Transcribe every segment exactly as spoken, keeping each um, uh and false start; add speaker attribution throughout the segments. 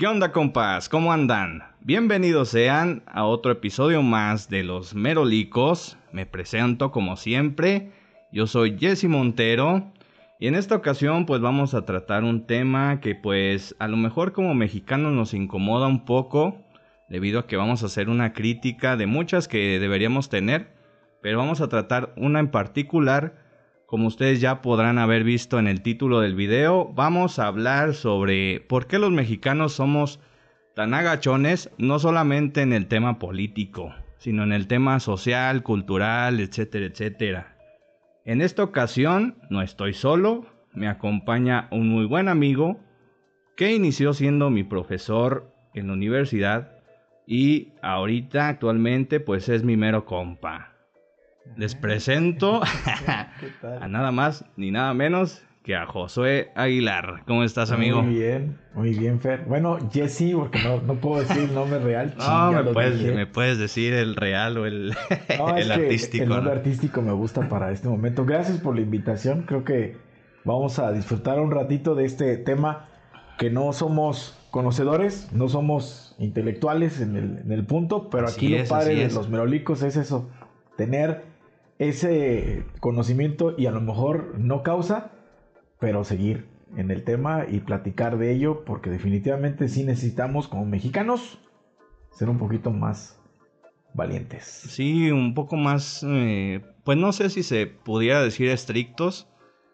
Speaker 1: ¿Qué onda, compas? ¿Cómo andan? Bienvenidos sean a otro episodio más de Los Merolicos. Me presento como siempre. Yo soy Jesse Montero. Y en esta ocasión pues vamos a tratar un tema que pues a lo mejor como mexicanos nos incomoda un poco, debido a que vamos a hacer una crítica de muchas que deberíamos tener, pero vamos a tratar una en particular. Como ustedes ya podrán haber visto en el título del video, vamos a hablar sobre por qué los mexicanos somos tan agachones, no solamente en el tema político, sino en el tema social, cultural, etcétera, etcétera. En esta ocasión no estoy solo, me acompaña un muy buen amigo que inició siendo mi profesor en la universidad y ahorita actualmente pues es mi mero compa. Les presento a nada más ni nada menos que a Josué Aguilar. ¿Cómo estás, amigo?
Speaker 2: Muy bien, muy bien, Fer. Bueno, Jesse, porque no, no puedo decir el nombre real.
Speaker 1: No,
Speaker 2: Chinga,
Speaker 1: me
Speaker 2: lo
Speaker 1: puedes,
Speaker 2: dije.
Speaker 1: me puedes decir el real o el,
Speaker 2: No, es
Speaker 1: el
Speaker 2: que
Speaker 1: artístico,
Speaker 2: el nombre
Speaker 1: ¿no?
Speaker 2: artístico me gusta para este momento. Gracias por la invitación. Creo que vamos a disfrutar un ratito de este tema que no somos conocedores, no somos intelectuales en el, en el punto, pero
Speaker 1: Así
Speaker 2: aquí
Speaker 1: es,
Speaker 2: lo padre
Speaker 1: así
Speaker 2: de
Speaker 1: es.
Speaker 2: los merolicos es eso, tener ese conocimiento y a lo mejor no causa, pero seguir en el tema y platicar de ello, porque definitivamente sí necesitamos como mexicanos ser un poquito más valientes.
Speaker 1: Sí, un poco más, eh, pues no sé si se pudiera decir estrictos,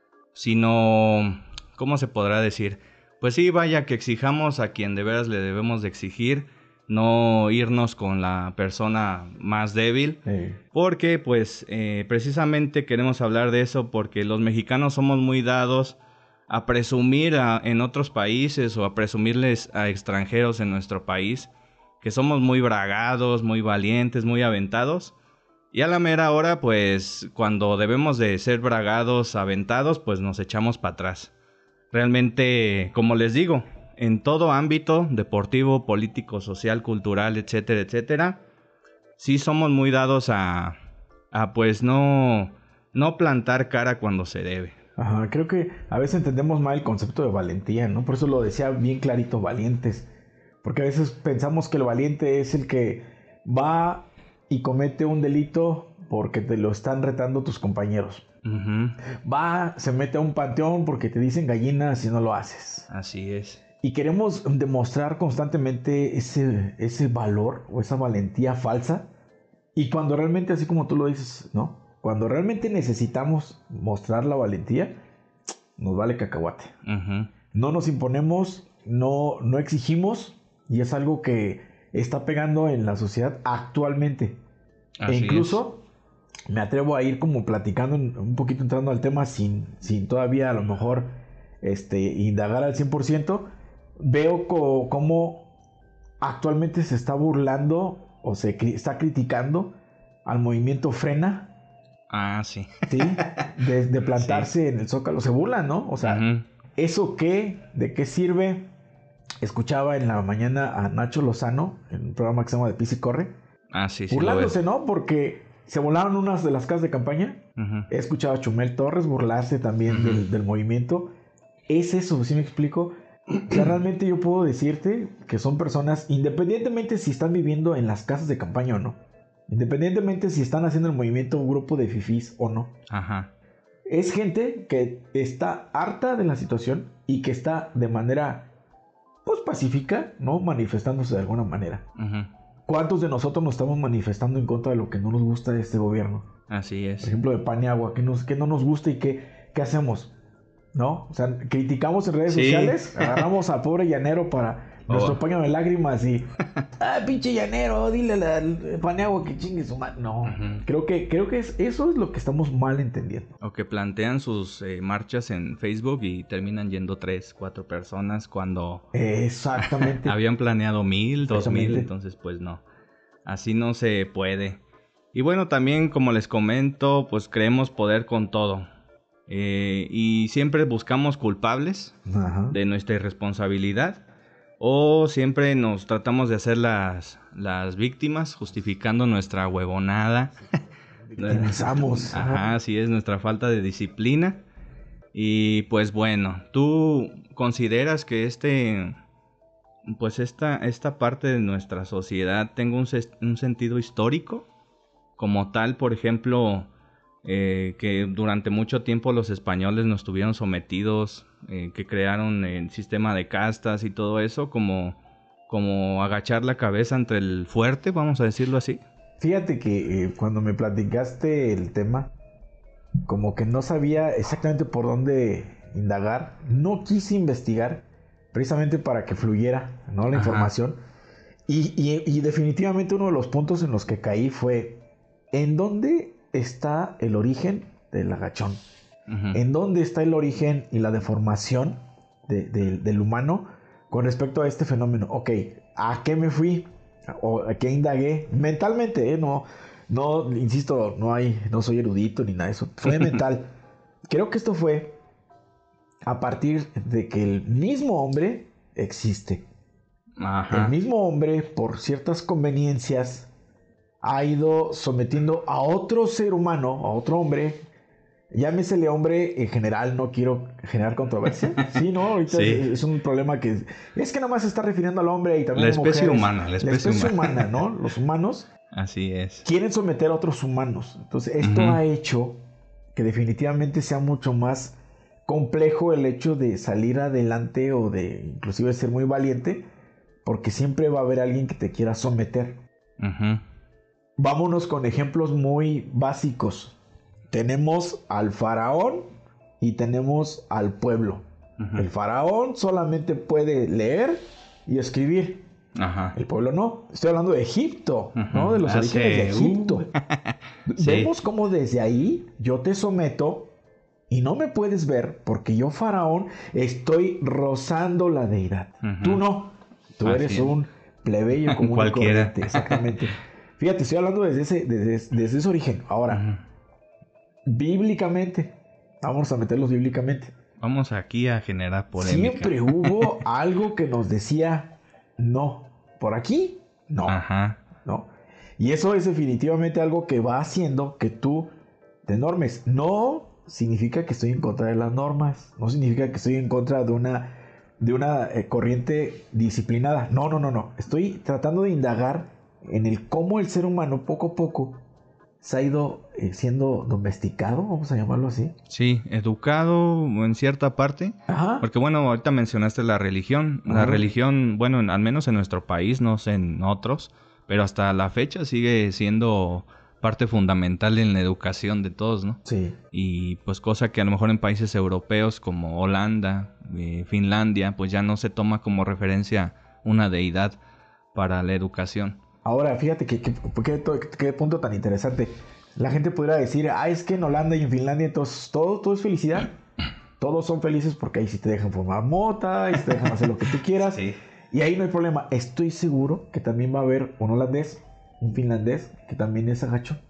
Speaker 1: sino, ¿cómo se podrá decir? Pues sí, vaya, que exijamos a quien de veras le debemos de exigir, no irnos con la persona más débil,
Speaker 2: Eh,
Speaker 1: porque pues eh, precisamente queremos hablar de eso porque los mexicanos somos muy dados a presumir a, en otros países o a presumirles a extranjeros en nuestro país que somos muy bragados, muy valientes, muy aventados. Y a la mera hora, pues, cuando debemos de ser bragados, aventados, pues nos echamos para atrás. Realmente, como les digo, en todo ámbito, deportivo, político, social, cultural, etcétera, etcétera, sí somos muy dados a, a pues, no, no plantar cara cuando se debe.
Speaker 2: Ajá, creo que a veces entendemos mal el concepto de valentía, ¿no? Por eso lo decía bien clarito, valientes. Porque a veces pensamos que el valiente es el que va y comete un delito porque te lo están retando tus compañeros.
Speaker 1: Uh-huh.
Speaker 2: Va, se mete a un panteón porque te dicen gallina si no lo haces.
Speaker 1: Así es.
Speaker 2: Y queremos demostrar constantemente ese, ese valor o esa valentía falsa. Y cuando realmente, así como tú lo dices, ¿no? Cuando realmente necesitamos mostrar la valentía, nos vale cacahuate.
Speaker 1: Uh-huh.
Speaker 2: No nos imponemos, no, no exigimos, y es algo que está pegando en la sociedad actualmente.
Speaker 1: Así
Speaker 2: e incluso es. Me atrevo a ir como platicando un poquito, entrando al tema sin, sin todavía a lo mejor este, indagar al cien por ciento. Veo co- cómo actualmente se está burlando o se cri- está criticando al movimiento Frena.
Speaker 1: Ah, sí.
Speaker 2: ¿Sí? De, de plantarse sí. en el Zócalo. Se burlan, ¿no? O sea, uh-huh. ¿Eso qué? ¿De qué sirve? Escuchaba en la mañana a Nacho Lozano en un programa que se llama De Pisa y Corre.
Speaker 1: Ah, sí, sí.
Speaker 2: Burlándose, ¿no? Porque se volaron unas de las casas de campaña. Uh-huh. He escuchado a Chumel Torres burlarse también uh-huh. del, del movimiento. Es eso, ¿sí me explico? O sea, realmente yo puedo decirte que son personas, independientemente si están viviendo en las casas de campaña o no. Independientemente si están haciendo el movimiento un grupo de fifís o no.
Speaker 1: Ajá.
Speaker 2: Es gente que está harta de la situación y que está de manera, pues, pacífica, ¿no? Manifestándose de alguna manera. Uh-huh. ¿Cuántos de nosotros nos estamos manifestando en contra de lo que no nos gusta de este gobierno?
Speaker 1: Así es.
Speaker 2: Por ejemplo, de Paniagua, que, nos, que no nos gusta y que, ¿qué hacemos? ¿No? O sea, criticamos en redes sí. sociales, agarramos al pobre llanero para oh. nuestro paño de lágrimas y... ¡Ah, pinche llanero! Dile al Paniagua que chingue su madre. No, uh-huh. creo que, creo que es, eso es lo que estamos mal entendiendo.
Speaker 1: O que plantean sus eh, marchas en Facebook y terminan yendo tres, cuatro personas cuando...
Speaker 2: Exactamente.
Speaker 1: habían planeado mil, dos mil, entonces pues no. Así no se puede. Y bueno, también como les comento, pues creemos poder con todo. Eh, y siempre buscamos culpables uh-huh. de nuestra irresponsabilidad. O siempre nos tratamos de hacer las, las víctimas, justificando nuestra huevonada.
Speaker 2: Pensamos.
Speaker 1: Ajá, así es, nuestra falta de disciplina. Y pues bueno, ¿tú consideras que este pues esta, esta parte de nuestra sociedad tenga un, un sentido histórico como tal. Por ejemplo, eh, que durante mucho tiempo los españoles nos tuvieron sometidos, eh, que crearon el sistema de castas y todo eso, como, como agachar la cabeza ante el fuerte, vamos a decirlo así.
Speaker 2: Fíjate que eh, cuando me platicaste el tema, como que no sabía exactamente por dónde indagar, no quise investigar precisamente para que fluyera, ¿no?, la Ajá. información. Y, y, y definitivamente uno de los puntos en los que caí fue, ¿en dónde está el origen del agachón? Uh-huh. ¿En dónde está el origen y la deformación de, de, del humano con respecto a este fenómeno? Ok, ¿a qué me fui? ¿O a qué indagué? Mentalmente, ¿eh? No, no, insisto, no hay, no soy erudito ni nada de eso. Fue mental. Creo que esto fue a partir de que el mismo hombre existe. Ajá. El mismo hombre, por ciertas conveniencias, ha ido sometiendo a otro ser humano, a otro hombre, llámesele hombre en general, no quiero generar controversia. Sí, ¿no? Ahorita sí. Es, es un problema que... Es que nada más se está refiriendo al hombre y también
Speaker 1: la
Speaker 2: a mujeres.
Speaker 1: especie humana, la especie,
Speaker 2: la especie
Speaker 1: humana.
Speaker 2: humana, ¿no? Los humanos.
Speaker 1: Así es.
Speaker 2: Quieren someter a otros humanos. Entonces, esto uh-huh. ha hecho que definitivamente sea mucho más complejo el hecho de salir adelante o de inclusive ser muy valiente, porque siempre va a haber alguien que te quiera someter.
Speaker 1: Uh-huh.
Speaker 2: Vámonos con ejemplos muy básicos. Tenemos al faraón y tenemos al pueblo. Uh-huh. El faraón solamente puede leer y escribir.
Speaker 1: Ajá.
Speaker 2: El pueblo no. Estoy hablando de Egipto, uh-huh. ¿no? De los
Speaker 1: Hace...
Speaker 2: orígenes de Egipto.
Speaker 1: Uh.
Speaker 2: Vemos
Speaker 1: sí.
Speaker 2: cómo desde ahí yo te someto y no me puedes ver porque yo, faraón, estoy rozando la deidad. Uh-huh. Tú no. Tú Así eres es. un plebeyo común
Speaker 1: Cualquiera.
Speaker 2: y corriente. Exactamente. Fíjate, estoy hablando desde ese, desde, desde ese origen. Ahora, uh-huh. bíblicamente, vamos a meterlos bíblicamente.
Speaker 1: Vamos aquí a generar polémica.
Speaker 2: Siempre hubo algo que nos decía no. Por aquí, no.
Speaker 1: Ajá.
Speaker 2: No. Y eso es definitivamente algo que va haciendo que tú te normes. No significa que estoy en contra de las normas. No significa que estoy en contra de una, de una eh, corriente disciplinada. No, no, no, no. Estoy tratando de indagar en el cómo el ser humano poco a poco se ha ido eh, siendo domesticado, vamos a llamarlo así.
Speaker 1: Sí, educado en cierta parte.
Speaker 2: Ajá.
Speaker 1: Porque bueno, ahorita mencionaste la religión. Ajá. La religión, bueno, al menos en nuestro país, no sé en otros, pero hasta la fecha sigue siendo parte fundamental en la educación de todos, ¿no?
Speaker 2: Sí.
Speaker 1: Y pues cosa que a lo mejor en países europeos como Holanda, eh, Finlandia, pues ya no se toma como referencia una deidad para la educación.
Speaker 2: Ahora, fíjate que, que, que, qué punto tan interesante. La gente pudiera decir, ah, es que en Holanda y en Finlandia entonces todo, todo es felicidad. Todos son felices porque ahí sí te dejan fumar mota, y te dejan hacer lo que tú quieras.
Speaker 1: Sí.
Speaker 2: Y ahí no hay problema. Estoy seguro que también va a haber un holandés, un finlandés, que también es agacho.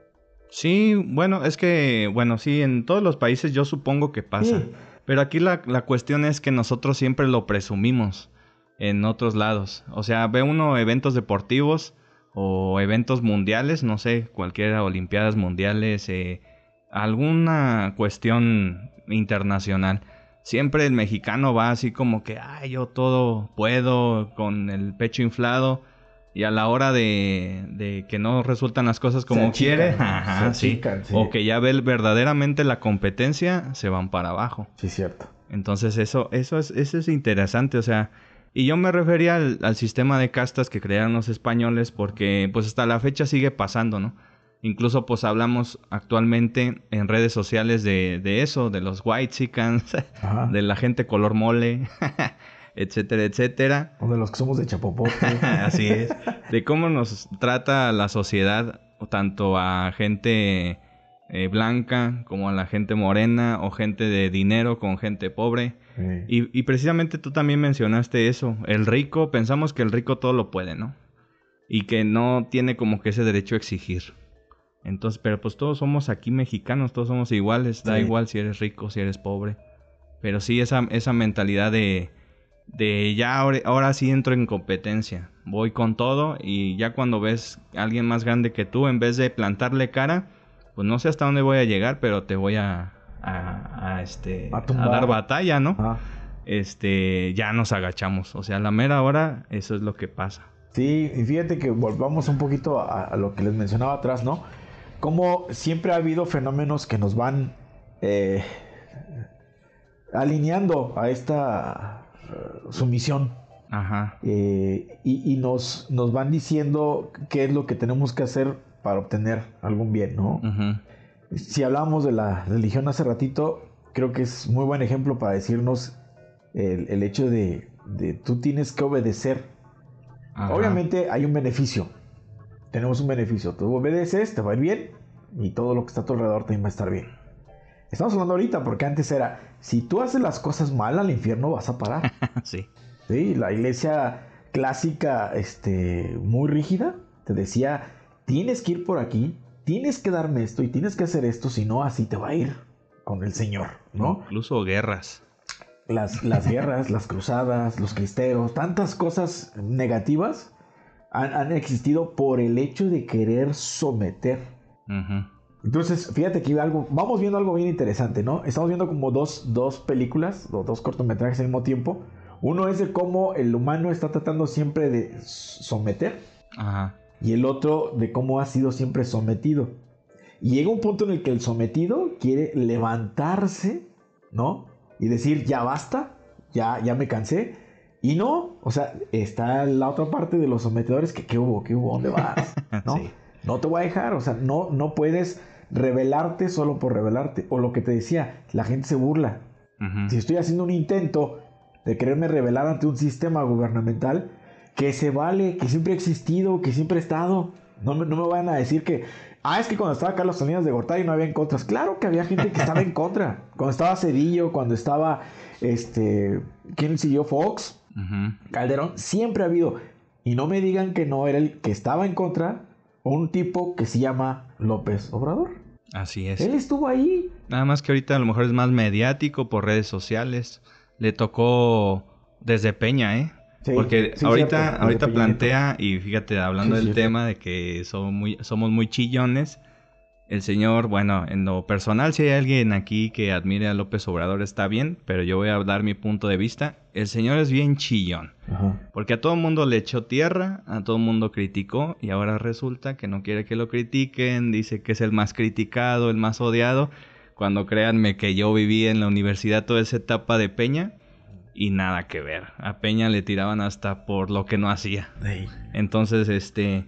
Speaker 1: Sí, bueno, es que, bueno, sí, en todos los países yo supongo que pasa. Sí. Pero aquí la, la cuestión es que nosotros siempre lo presumimos en otros lados. O sea, ve uno eventos deportivos o eventos mundiales, no sé, cualquiera, olimpiadas mundiales, eh, alguna cuestión internacional. Siempre el mexicano va así como que, ay, yo todo puedo, con el pecho inflado. Y a la hora de, de que no resultan las cosas como
Speaker 2: se
Speaker 1: quiere,
Speaker 2: achican,
Speaker 1: ajá,
Speaker 2: se
Speaker 1: sí.
Speaker 2: achican, sí.
Speaker 1: O que ya ve verdaderamente la competencia, se van para abajo.
Speaker 2: Sí, cierto.
Speaker 1: Entonces eso, eso es, eso es interesante, o sea, y yo me refería al, al sistema de castas que crearon los españoles porque pues hasta la fecha sigue pasando, ¿no? Incluso pues hablamos actualmente en redes sociales de, de eso, de los whitexicans, de la gente color mole, etcétera, etcétera.
Speaker 2: O de los que somos de Chapopote.
Speaker 1: Así es. De cómo nos trata la sociedad, tanto a gente eh, blanca como a la gente morena, o gente de dinero con gente pobre. Sí. Y, y precisamente tú también mencionaste eso. El rico, pensamos que el rico todo lo puede, ¿no? Y que no tiene como que ese derecho a exigir. Entonces, pero pues todos somos aquí mexicanos, todos somos iguales. Da sí. igual si eres rico, si eres pobre. Pero sí esa, esa mentalidad de... de ya ahora, ahora sí entro en competencia, voy con todo, y ya cuando ves a alguien más grande que tú, en vez de plantarle cara, pues no sé hasta dónde voy a llegar, pero te voy a a, a este
Speaker 2: a,
Speaker 1: a dar batalla, ¿no?
Speaker 2: Ah.
Speaker 1: este, ya nos agachamos. O sea, a la mera hora, eso es lo que pasa.
Speaker 2: Sí, y fíjate que volvamos un poquito a, a lo que les mencionaba atrás, ¿no? Como siempre ha habido fenómenos que nos van eh, alineando a esta uh, sumisión.
Speaker 1: Ajá.
Speaker 2: Eh, y y nos, nos van diciendo qué es lo que tenemos que hacer para obtener algún bien, ¿no? Uh-huh. Si hablábamos de la religión hace ratito, creo que es muy buen ejemplo para decirnos el, el hecho de, de tú tienes que obedecer. Ajá. Obviamente hay un beneficio. Tenemos un beneficio. Tú obedeces, te va a ir bien y todo lo que está a tu alrededor también va a estar bien. Estamos hablando ahorita porque antes era, si tú haces las cosas mal, al infierno vas a parar.
Speaker 1: Sí.
Speaker 2: Sí, la iglesia clásica, este, muy rígida, te decía, tienes que ir por aquí, tienes que darme esto y tienes que hacer esto, si no, así te va a ir con el Señor, ¿no?
Speaker 1: Incluso guerras.
Speaker 2: Las, las guerras, las cruzadas, los cristeros, tantas cosas negativas han, han existido por el hecho de querer someter. Uh-huh. Entonces, fíjate que algo, vamos viendo algo bien interesante, ¿no? Estamos viendo como dos, dos películas, o dos cortometrajes al mismo tiempo. Uno es de cómo el humano está tratando siempre de someter. Ajá. Y el otro de cómo ha sido siempre sometido. Y llega un punto en el que el sometido quiere levantarse, ¿no? Y decir, ya basta, ya, ya me cansé. Y no, o sea, está la otra parte de los sometedores que, ¿qué hubo? ¿Qué hubo? ¿Dónde vas? ¿No? Sí. No te voy a dejar, o sea, no, no puedes rebelarte solo por rebelarte. O lo que te decía, la gente se burla. Uh-huh. Si estoy haciendo un intento de quererme rebelar ante un sistema gubernamental que se vale, que siempre ha existido, que siempre ha estado. No me, no me van a decir que, ah, es que cuando estaba Carlos Salinas de Gortari no había en contras. Claro que había gente que estaba en contra. Cuando estaba Cedillo, cuando estaba, este, ¿quién siguió? Fox, uh-huh. Calderón, siempre ha habido. Y no me digan que no era el que estaba en contra, un tipo que se llama López Obrador.
Speaker 1: Así es.
Speaker 2: Él estuvo ahí.
Speaker 1: Nada más que ahorita a lo mejor es más mediático por redes sociales. Le tocó desde Peña, ¿eh? Sí, porque sí, ahorita, cierto, ahorita plantea, y fíjate, hablando sí, del cierto. tema de que somos muy, somos muy chillones, el señor, bueno, en lo personal, si hay alguien aquí que admire a López Obrador, está bien, pero yo voy a dar mi punto de vista. El señor es bien chillón, ajá. Porque a todo el mundo le echó tierra, a todo el mundo criticó, y ahora resulta que no quiere que lo critiquen, dice que es el más criticado, el más odiado, cuando créanme que yo viví en la universidad toda esa etapa de Peña, y nada que ver. A Peña le tiraban hasta por lo que no hacía. Sí. Entonces, este...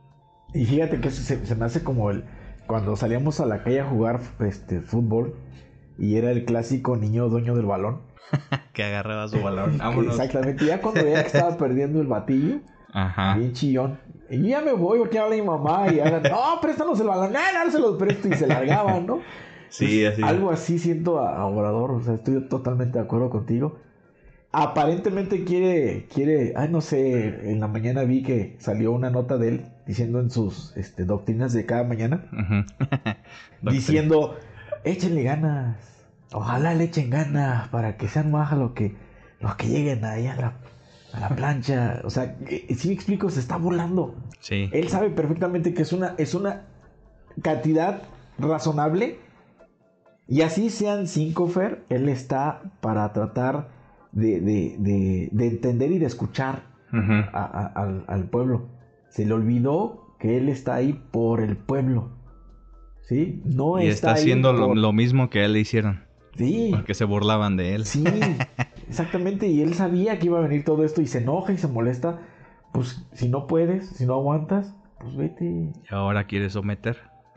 Speaker 2: Y fíjate que se, se me hace como el... Cuando salíamos a la calle a jugar este, fútbol, y era el clásico niño dueño del balón.
Speaker 1: Que agarraba su balón. Vámonos.
Speaker 2: Exactamente. Ya cuando veía que estaba perdiendo el batillo, ajá, bien chillón. Y ya me voy porque habla mi mamá y hagan, no, préstanos el balón. No, no, se los presto, y se largaban, ¿no?
Speaker 1: Sí,
Speaker 2: pues,
Speaker 1: así.
Speaker 2: Algo así siento a, a Obrador. O sea, estoy totalmente de acuerdo contigo. Aparentemente quiere, quiere, ay no sé, en la mañana vi que salió una nota de él diciendo en sus este, doctrinas de cada mañana, uh-huh. diciendo, échenle ganas, ojalá le echen ganas para que sean más los que, los que lleguen ahí a la, a la plancha. O sea, si me explico, se está burlando.
Speaker 1: Sí.
Speaker 2: Él sabe perfectamente que es una, es una cantidad razonable, y así sean cinco, Fer, él está para tratar De, de, de, de entender y de escuchar uh-huh. a, a, al, al pueblo. Se le olvidó que él está ahí por el pueblo. ¿Sí? No
Speaker 1: y
Speaker 2: está,
Speaker 1: está haciendo
Speaker 2: ahí por...
Speaker 1: lo, lo mismo que a él le hicieron.
Speaker 2: Sí.
Speaker 1: Porque se burlaban de él.
Speaker 2: Sí, exactamente. Y él sabía que iba a venir todo esto y se enoja y se molesta. Pues si no puedes, si no aguantas, pues vete.
Speaker 1: Y ahora quiere someter.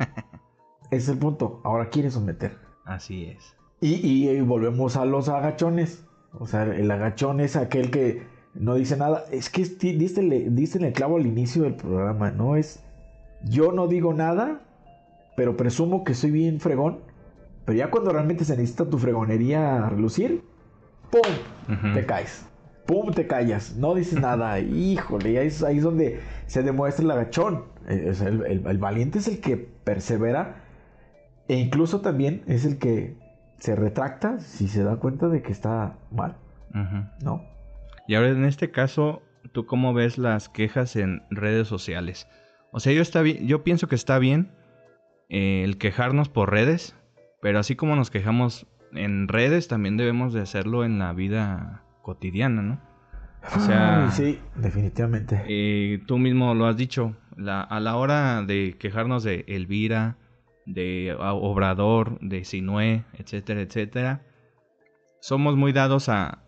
Speaker 2: Ese es el punto. Ahora quiere someter.
Speaker 1: Así es.
Speaker 2: Y, y, y volvemos a los agachones. O sea, el agachón es aquel que no dice nada. Es que diste, diste en el clavo al inicio del programa, ¿no? Es, yo no digo nada, pero presumo que soy bien fregón. Pero ya cuando realmente se necesita tu fregonería a relucir, ¡pum! Uh-huh. Te caes. ¡Pum! Te callas. No dices nada. Híjole, ahí es, ahí es donde se demuestra el agachón. El, el, el, el valiente es el que persevera. E incluso también es el que se retracta si se da cuenta de que está mal, uh-huh. ¿no?
Speaker 1: Y ahora en este caso, ¿tú cómo ves las quejas en redes sociales? O sea, yo, está bien, yo pienso que está bien eh, el quejarnos por redes, pero así como nos quejamos en redes, también debemos de hacerlo en la vida cotidiana, ¿no? O sea,
Speaker 2: Ay, sí, definitivamente.
Speaker 1: Eh, tú mismo lo has dicho, la, a la hora de quejarnos de Elvira, de Obrador, de Sinué, etcétera, etcétera, somos muy dados a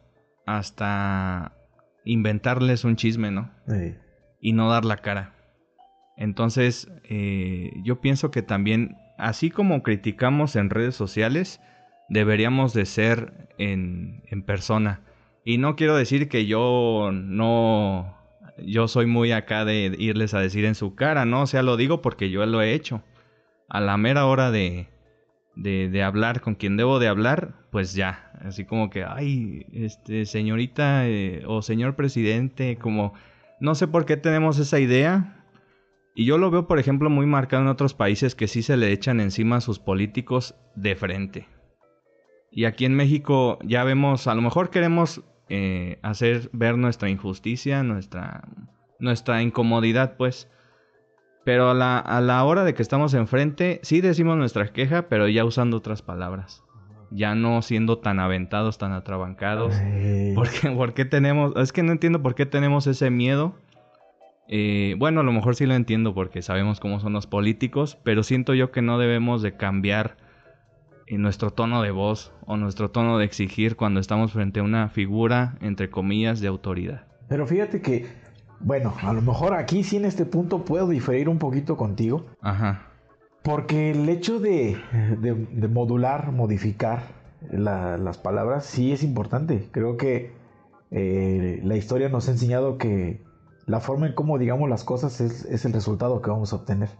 Speaker 1: hasta inventarles un chisme, ¿no?
Speaker 2: Sí.
Speaker 1: Y no dar la cara. Entonces, eh, yo pienso que también, así como criticamos en redes sociales, deberíamos de ser en, en persona. Y no quiero decir que yo no... Yo soy muy acá de irles a decir en su cara, ¿no? O sea, lo digo porque yo lo he hecho. A la mera hora de, de, de hablar con quien debo de hablar, pues ya. Así como que, ay, este, señorita eh, o señor presidente, como... No sé por qué tenemos esa idea. Y yo lo veo, por ejemplo, muy marcado en otros países que sí se le echan encima a sus políticos de frente. Y aquí en México ya vemos, a lo mejor queremos eh, hacer ver nuestra injusticia, nuestra, nuestra incomodidad, pues. Pero a la, a la hora de que estamos enfrente, sí decimos nuestra queja, pero ya usando otras palabras. Ya no siendo tan aventados, tan atrabancados.
Speaker 2: Ay.
Speaker 1: ¿Por qué, por qué tenemos? Es que no entiendo por qué tenemos ese miedo. Eh, bueno, a lo mejor sí lo entiendo porque sabemos cómo son los políticos, pero siento yo que no debemos de cambiar en nuestro tono de voz o nuestro tono de exigir cuando estamos frente a una figura, entre comillas, de autoridad.
Speaker 2: Pero fíjate que, bueno, a lo mejor aquí sí en este punto puedo diferir un poquito contigo.
Speaker 1: Ajá.
Speaker 2: Porque el hecho de, de, de modular, modificar la, las palabras sí es importante. Creo que eh, la historia nos ha enseñado que la forma en cómo digamos las cosas es, es el resultado que vamos a obtener.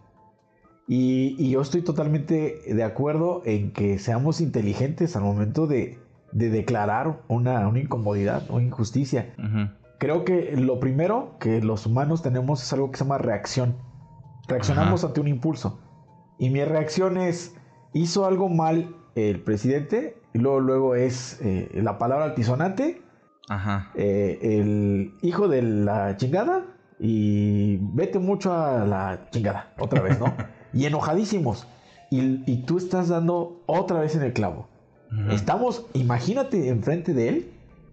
Speaker 2: Y, y yo estoy totalmente de acuerdo en que seamos inteligentes al momento de, de declarar una, una incomodidad o injusticia.
Speaker 1: Uh-huh.
Speaker 2: Creo que lo primero que los humanos tenemos es algo que se llama reacción. Reaccionamos
Speaker 1: Ajá.
Speaker 2: ante un impulso. Y mi reacción es, hizo algo mal el presidente, y luego, luego es eh, la palabra altisonante,
Speaker 1: Ajá.
Speaker 2: eh, el hijo de la chingada, y vete mucho a la chingada, otra vez, ¿no? Y enojadísimos. Y, y tú estás dando otra vez en el clavo. Uh-huh. Estamos, imagínate enfrente de él,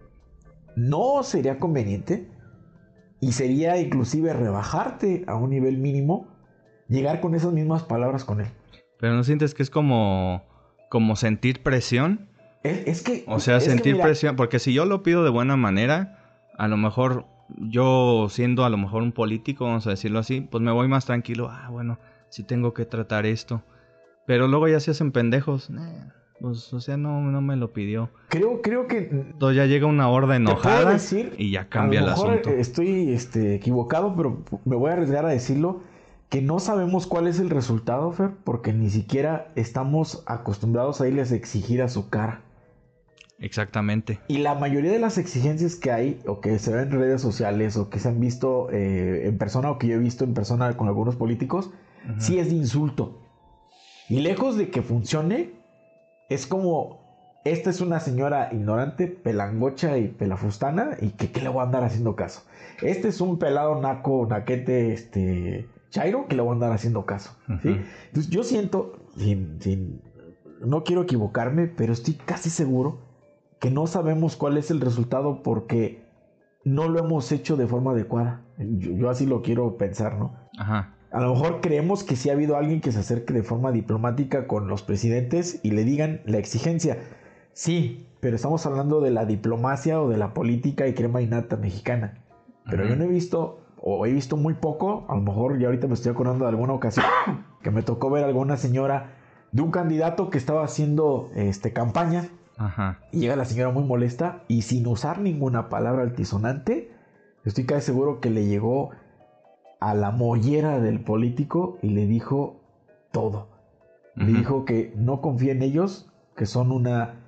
Speaker 2: no sería conveniente, y sería inclusive rebajarte a un nivel mínimo, llegar con esas mismas palabras con él.
Speaker 1: Pero ¿no sientes que es como, como sentir presión?
Speaker 2: Es, es que...
Speaker 1: O sea,
Speaker 2: es
Speaker 1: sentir
Speaker 2: que mira,
Speaker 1: presión, porque si yo lo pido de buena manera, a lo mejor yo siendo a lo mejor un político, vamos a decirlo así, pues me voy más tranquilo. Ah, bueno, sí tengo que tratar esto. Pero luego ya se hacen pendejos. Eh, pues, o sea, no, no me lo pidió.
Speaker 2: Creo, creo que...
Speaker 1: Entonces ya llega una horda enojada
Speaker 2: decir,
Speaker 1: y ya cambia el asunto.
Speaker 2: A lo mejor estoy este, equivocado, pero me voy a arriesgar a decirlo, que no sabemos cuál es el resultado, Fer, porque ni siquiera estamos acostumbrados a irles a exigir a su cara.
Speaker 1: Exactamente.
Speaker 2: Y la mayoría de las exigencias que hay, o que se ven en redes sociales, o que se han visto eh, en persona, o que yo he visto en persona con algunos políticos, uh-huh. sí es de insulto. Y lejos de que funcione, es como, esta es una señora ignorante, pelangocha y pelafustana, y que ¿qué le voy a andar haciendo caso? Este es un pelado naco, naquete, este, chairo, que le voy a andar haciendo caso. Uh-huh. ¿Sí? Entonces yo siento, sin, sin, no quiero equivocarme, pero estoy casi seguro que no sabemos cuál es el resultado porque no lo hemos hecho de forma adecuada. Yo, yo así lo quiero pensar, ¿no?
Speaker 1: Ajá.
Speaker 2: A lo mejor creemos que sí ha habido alguien que se acerque de forma diplomática con los presidentes y le digan la exigencia. Sí, pero estamos hablando de la diplomacia o de la política y crema innata mexicana. Pero uh-huh. yo no he visto, o he visto muy poco, a lo mejor ya ahorita me estoy acordando de alguna ocasión que me tocó ver a alguna señora de un candidato que estaba haciendo este, campaña.
Speaker 1: Ajá.
Speaker 2: Y llega la señora muy molesta y sin usar ninguna palabra altisonante, estoy casi seguro que le llegó a la mollera del político y le dijo todo. Uh-huh. Le dijo que no confía en ellos, que son una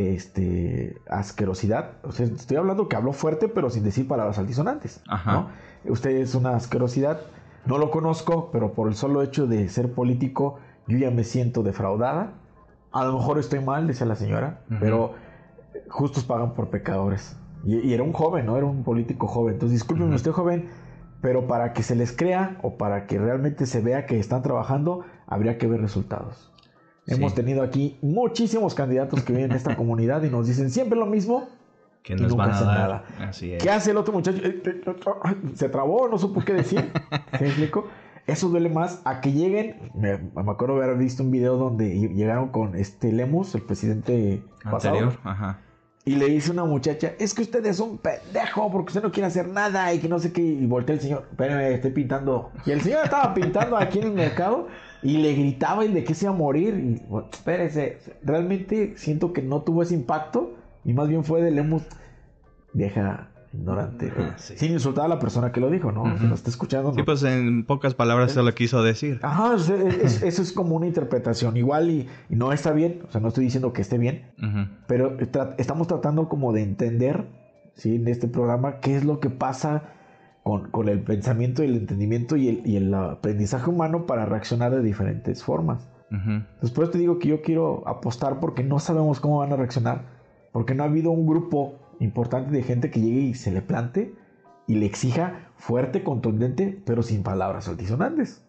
Speaker 2: este, asquerosidad. O sea, estoy hablando que habló fuerte, pero sin decir palabras altisonantes.
Speaker 1: Ajá.
Speaker 2: ¿No? Usted es una asquerosidad. No lo conozco, pero por el solo hecho de ser político, yo ya me siento defraudada. A lo mejor estoy mal, decía la señora, uh-huh. pero justos pagan por pecadores. Y, y era un joven, ¿no? Era un político joven. Entonces, discúlpenme, uh-huh. usted joven, pero para que se les crea o para que realmente se vea que están trabajando, habría que ver resultados. Hemos
Speaker 1: sí.
Speaker 2: tenido aquí muchísimos candidatos que viven en esta comunidad y nos dicen siempre lo mismo
Speaker 1: que
Speaker 2: y
Speaker 1: nos
Speaker 2: nunca
Speaker 1: van a
Speaker 2: hacen
Speaker 1: dar.
Speaker 2: nada.
Speaker 1: Así es.
Speaker 2: ¿Qué hace el otro muchacho? Se trabó, no supo qué decir. ¿Se me explico? Eso duele más a que lleguen. Me, me acuerdo haber visto un video donde llegaron con este Lemus, el presidente
Speaker 1: Anterior,
Speaker 2: pasado,
Speaker 1: ajá.
Speaker 2: y le dice una muchacha: es que usted es un pendejo porque usted no quiere hacer nada y que no sé qué. Y voltea el señor: espérame, estoy pintando. Y el señor estaba pintando aquí en el mercado y le gritaba y de qué se iba a morir. Y bueno, espérese, realmente siento que no tuvo ese impacto y más bien fue de Lemus: vieja ignorante.
Speaker 1: Ah, sí.
Speaker 2: Sin insultar a la persona que lo dijo, ¿no?
Speaker 1: Uh-huh.
Speaker 2: Si lo está escuchando,
Speaker 1: sí,
Speaker 2: no.
Speaker 1: pues en pocas palabras se lo quiso decir.
Speaker 2: Ajá, es, es, eso es como una interpretación. Igual y, y no está bien, o sea, no estoy diciendo que esté bien,
Speaker 1: uh-huh.
Speaker 2: pero tra- estamos tratando como de entender, ¿sí? En este programa, qué es lo que pasa con, con el pensamiento y el entendimiento y el, y el aprendizaje humano para reaccionar de diferentes formas.
Speaker 1: Uh-huh.
Speaker 2: Después te digo que yo quiero apostar porque no sabemos cómo van a reaccionar, porque no ha habido un grupo importante de gente que llegue y se le plante y le exija fuerte, contundente, pero sin palabras altisonantes.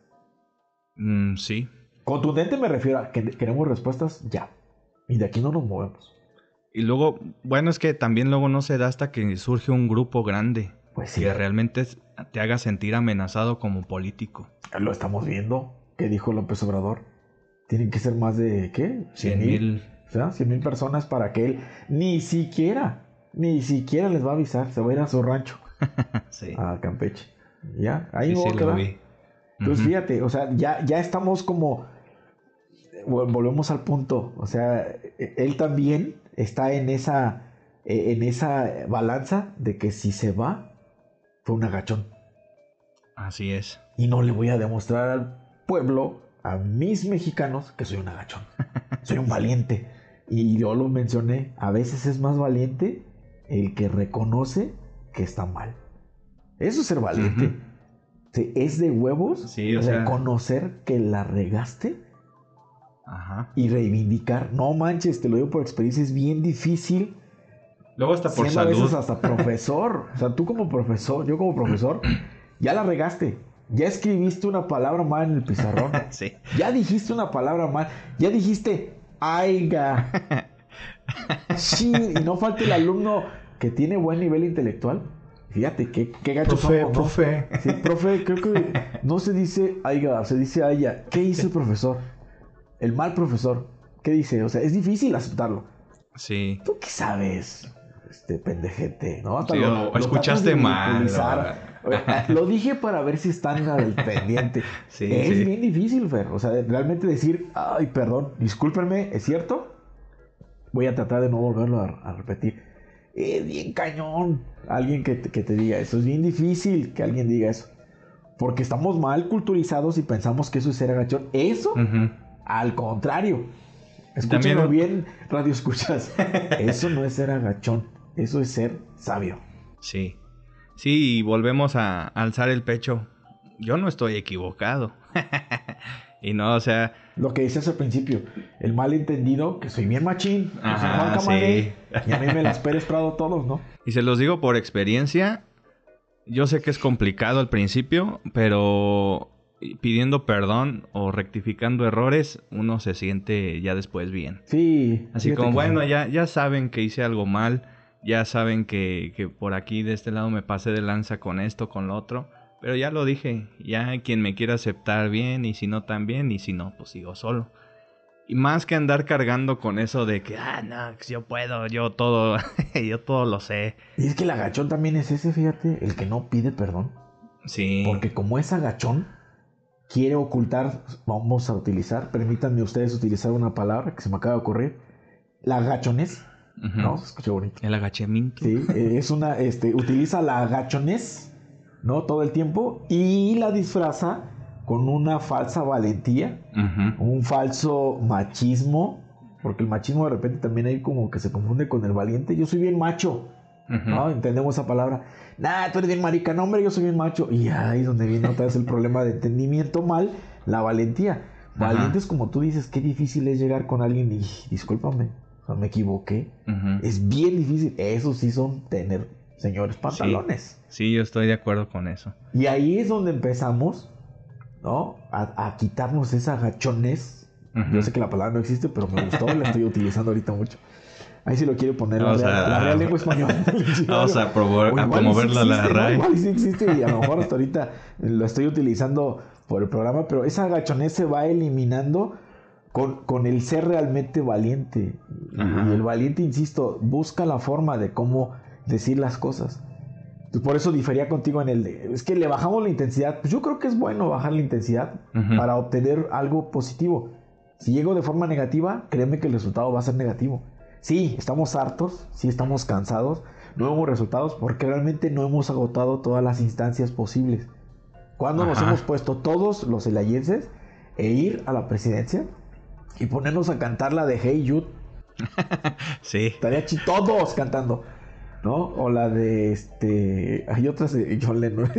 Speaker 1: Mm, sí.
Speaker 2: Contundente me refiero a que queremos respuestas ya. Y de aquí no nos movemos.
Speaker 1: Y luego, bueno, es que también luego no se da hasta que surge un grupo grande.
Speaker 2: Pues sí.
Speaker 1: Que realmente te haga sentir amenazado como político.
Speaker 2: Lo estamos viendo. ¿Qué dijo López Obrador? Tienen que ser más de, ¿qué?
Speaker 1: cien mil.
Speaker 2: O sea, cien mil personas para que él ni siquiera, ni siquiera les va a avisar. Se va a ir a su rancho.
Speaker 1: Sí.
Speaker 2: A Campeche. Ya, ahí
Speaker 1: sí,
Speaker 2: no
Speaker 1: sí,
Speaker 2: va a quedar.
Speaker 1: lo vi.
Speaker 2: Entonces,
Speaker 1: uh-huh.
Speaker 2: fíjate, o sea, ya, ya estamos como... Volvemos al punto. O sea, él también está en esa, en esa balanza de que si se va, fue un agachón.
Speaker 1: Así es.
Speaker 2: Y no le voy a demostrar al pueblo, a mis mexicanos, que soy un agachón. Soy un valiente. Y yo lo mencioné, a veces es más valiente el que reconoce que está mal. Eso es ser valiente. Uh-huh. Sí, es de huevos
Speaker 1: sí, o
Speaker 2: reconocer
Speaker 1: sea...
Speaker 2: que la regaste.
Speaker 1: Ajá.
Speaker 2: Y reivindicar. No manches, te lo digo por experiencia, es bien difícil.
Speaker 1: Luego hasta por
Speaker 2: siendo
Speaker 1: salud.
Speaker 2: A veces hasta profesor. O sea, tú como profesor, yo como profesor, ya la regaste. Ya escribiste una palabra mal en el pizarrón.
Speaker 1: Sí.
Speaker 2: Ya dijiste una palabra mal. Ya dijiste aiga. Sí, y no falta el alumno que tiene buen nivel intelectual. Fíjate, qué, qué gacho
Speaker 1: profe,
Speaker 2: somos, ¿no?
Speaker 1: profe.
Speaker 2: Sí, profe, creo que no se dice aiga, se dice aya. ¿Qué hizo el profesor? El mal profesor. ¿Qué dice? O sea, es difícil aceptarlo.
Speaker 1: Sí.
Speaker 2: ¿Tú qué sabes? Este pendejete, ¿no?
Speaker 1: Sí,
Speaker 2: lo,
Speaker 1: o escuchaste
Speaker 2: lo
Speaker 1: mal.
Speaker 2: O... lo dije para ver si están al pendiente.
Speaker 1: Sí,
Speaker 2: es
Speaker 1: sí.
Speaker 2: bien difícil, Fer. O sea, realmente decir, ay, perdón, discúlpenme, ¿es cierto? Voy a tratar de no volverlo a, a repetir. Es bien cañón. Alguien que te, que te diga eso. Es bien difícil que alguien diga eso. Porque estamos mal culturizados y pensamos que eso es ser agachón. Eso... Uh-huh. Al contrario, escúchenlo
Speaker 1: También...
Speaker 2: bien, radio escuchas. Eso no es ser agachón, eso es ser sabio.
Speaker 1: Sí, sí, y volvemos a alzar el pecho. Yo no estoy equivocado. Y no, o sea...
Speaker 2: Lo que dices al principio, el malentendido, que soy bien machín,
Speaker 1: Ajá,
Speaker 2: que soy Juan Camaré,
Speaker 1: sí.
Speaker 2: Y a mí me las Pérez Prado todos, ¿no?
Speaker 1: Y se los digo por experiencia. Yo sé que es complicado al principio, pero... pidiendo perdón o rectificando errores, uno se siente ya después bien.
Speaker 2: Sí.
Speaker 1: Así como, bueno, ya, ya saben que hice algo mal, ya saben que, que por aquí de este lado me pasé de lanza con esto, con lo otro, pero ya lo dije, ya quien me quiera aceptar bien, y si no también, y si no, pues sigo solo. Y más que andar cargando con eso de que, ah, no, yo puedo, yo todo, yo todo lo sé.
Speaker 2: Y es que el agachón también es ese, fíjate, el que no pide perdón.
Speaker 1: Sí.
Speaker 2: Porque como es agachón, quiere ocultar, vamos a utilizar, permítanme ustedes utilizar una palabra que se me acaba de ocurrir, la agachonés, uh-huh. ¿no? Se escucha bonito.
Speaker 1: El agachamiento.
Speaker 2: Sí, es una, este, utiliza la agachonés, ¿no? Todo el tiempo y la disfraza con una falsa valentía, uh-huh. un falso machismo, porque el machismo de repente también ahí como que se confunde con el valiente. Yo soy bien macho, uh-huh. ¿no? Entendemos esa palabra. Nah, tú eres bien marica, no, hombre, yo soy bien macho. Y ahí es donde viene otra vez el problema de entendimiento mal, la valentía. Valientes, como tú dices, qué difícil es llegar con alguien y discúlpame, o sea, me equivoqué. Uh-huh. Es bien difícil. Eso sí son tener, señores, pantalones.
Speaker 1: Sí, sí, yo estoy de acuerdo con eso.
Speaker 2: Y ahí es donde empezamos, ¿no? A, a quitarnos esa agachonés Uh-huh. Yo sé que la palabra no existe, pero me gustó, la estoy utilizando ahorita mucho. Ahí sí lo quiero poner la, real, a... la real lengua española.
Speaker 1: Vamos a, promover, a promoverla
Speaker 2: sí
Speaker 1: la
Speaker 2: existe,
Speaker 1: R A E.
Speaker 2: ¿no? Igual sí existe y a lo mejor hasta ahorita lo estoy utilizando por el programa, pero esa agachonez se va eliminando con, con el ser realmente valiente. Y, y el valiente, insisto, busca la forma de cómo decir las cosas. Por eso difería contigo en el de, es que le bajamos la intensidad. Pues yo creo que es bueno bajar la intensidad uh-huh. para obtener algo positivo. Si llego de forma negativa, créeme que el resultado va a ser negativo. Sí, estamos hartos, sí estamos cansados, no vemos resultados porque realmente no hemos agotado todas las instancias posibles. Cuando Ajá. nos hemos puesto todos los celayenses e ir a la presidencia y ponernos a cantar la de Hey Jude.
Speaker 1: Sí.
Speaker 2: Estaría ch- todos cantando, ¿no? O la de este, hay otras de John Lennon.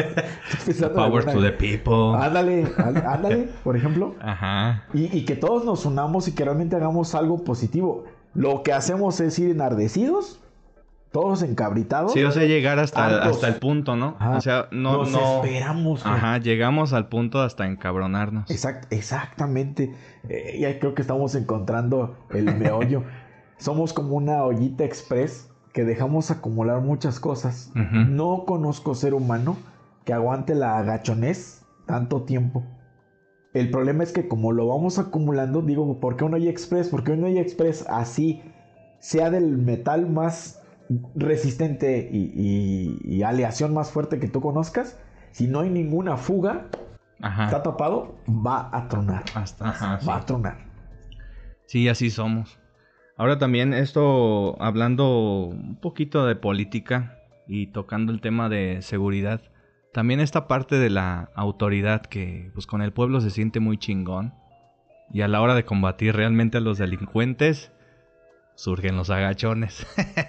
Speaker 1: Power to the people.
Speaker 2: Ándale, ándale, por ejemplo.
Speaker 1: Ajá.
Speaker 2: Y, y que todos nos unamos y que realmente hagamos algo positivo. Lo que hacemos es ir enardecidos, todos encabritados.
Speaker 1: Sí, o sea, llegar hasta, hasta el punto, ¿no?
Speaker 2: Ajá.
Speaker 1: O sea, no...
Speaker 2: Nos
Speaker 1: no...
Speaker 2: esperamos.
Speaker 1: Ajá, güey. Llegamos al punto hasta encabronarnos.
Speaker 2: Exact, exactamente. Eh, ya creo que estamos encontrando el meollo. Somos como una ollita express que dejamos acumular muchas cosas. Uh-huh. No conozco ser humano que aguante la agachonez tanto tiempo. El problema es que como lo vamos acumulando, digo, ¿por qué un olla express? Porque un olla express así sea del metal más resistente y, y, y aleación más fuerte que tú conozcas, si no hay ninguna fuga, Ajá. está tapado, va a tronar.
Speaker 1: Hasta, Ajá,
Speaker 2: va
Speaker 1: sí.
Speaker 2: a tronar.
Speaker 1: Sí, así somos. Ahora también esto, hablando un poquito de política y tocando el tema de seguridad, también esta parte de la autoridad que pues con el pueblo se siente muy chingón y a la hora de combatir realmente a los delincuentes surgen los agachones.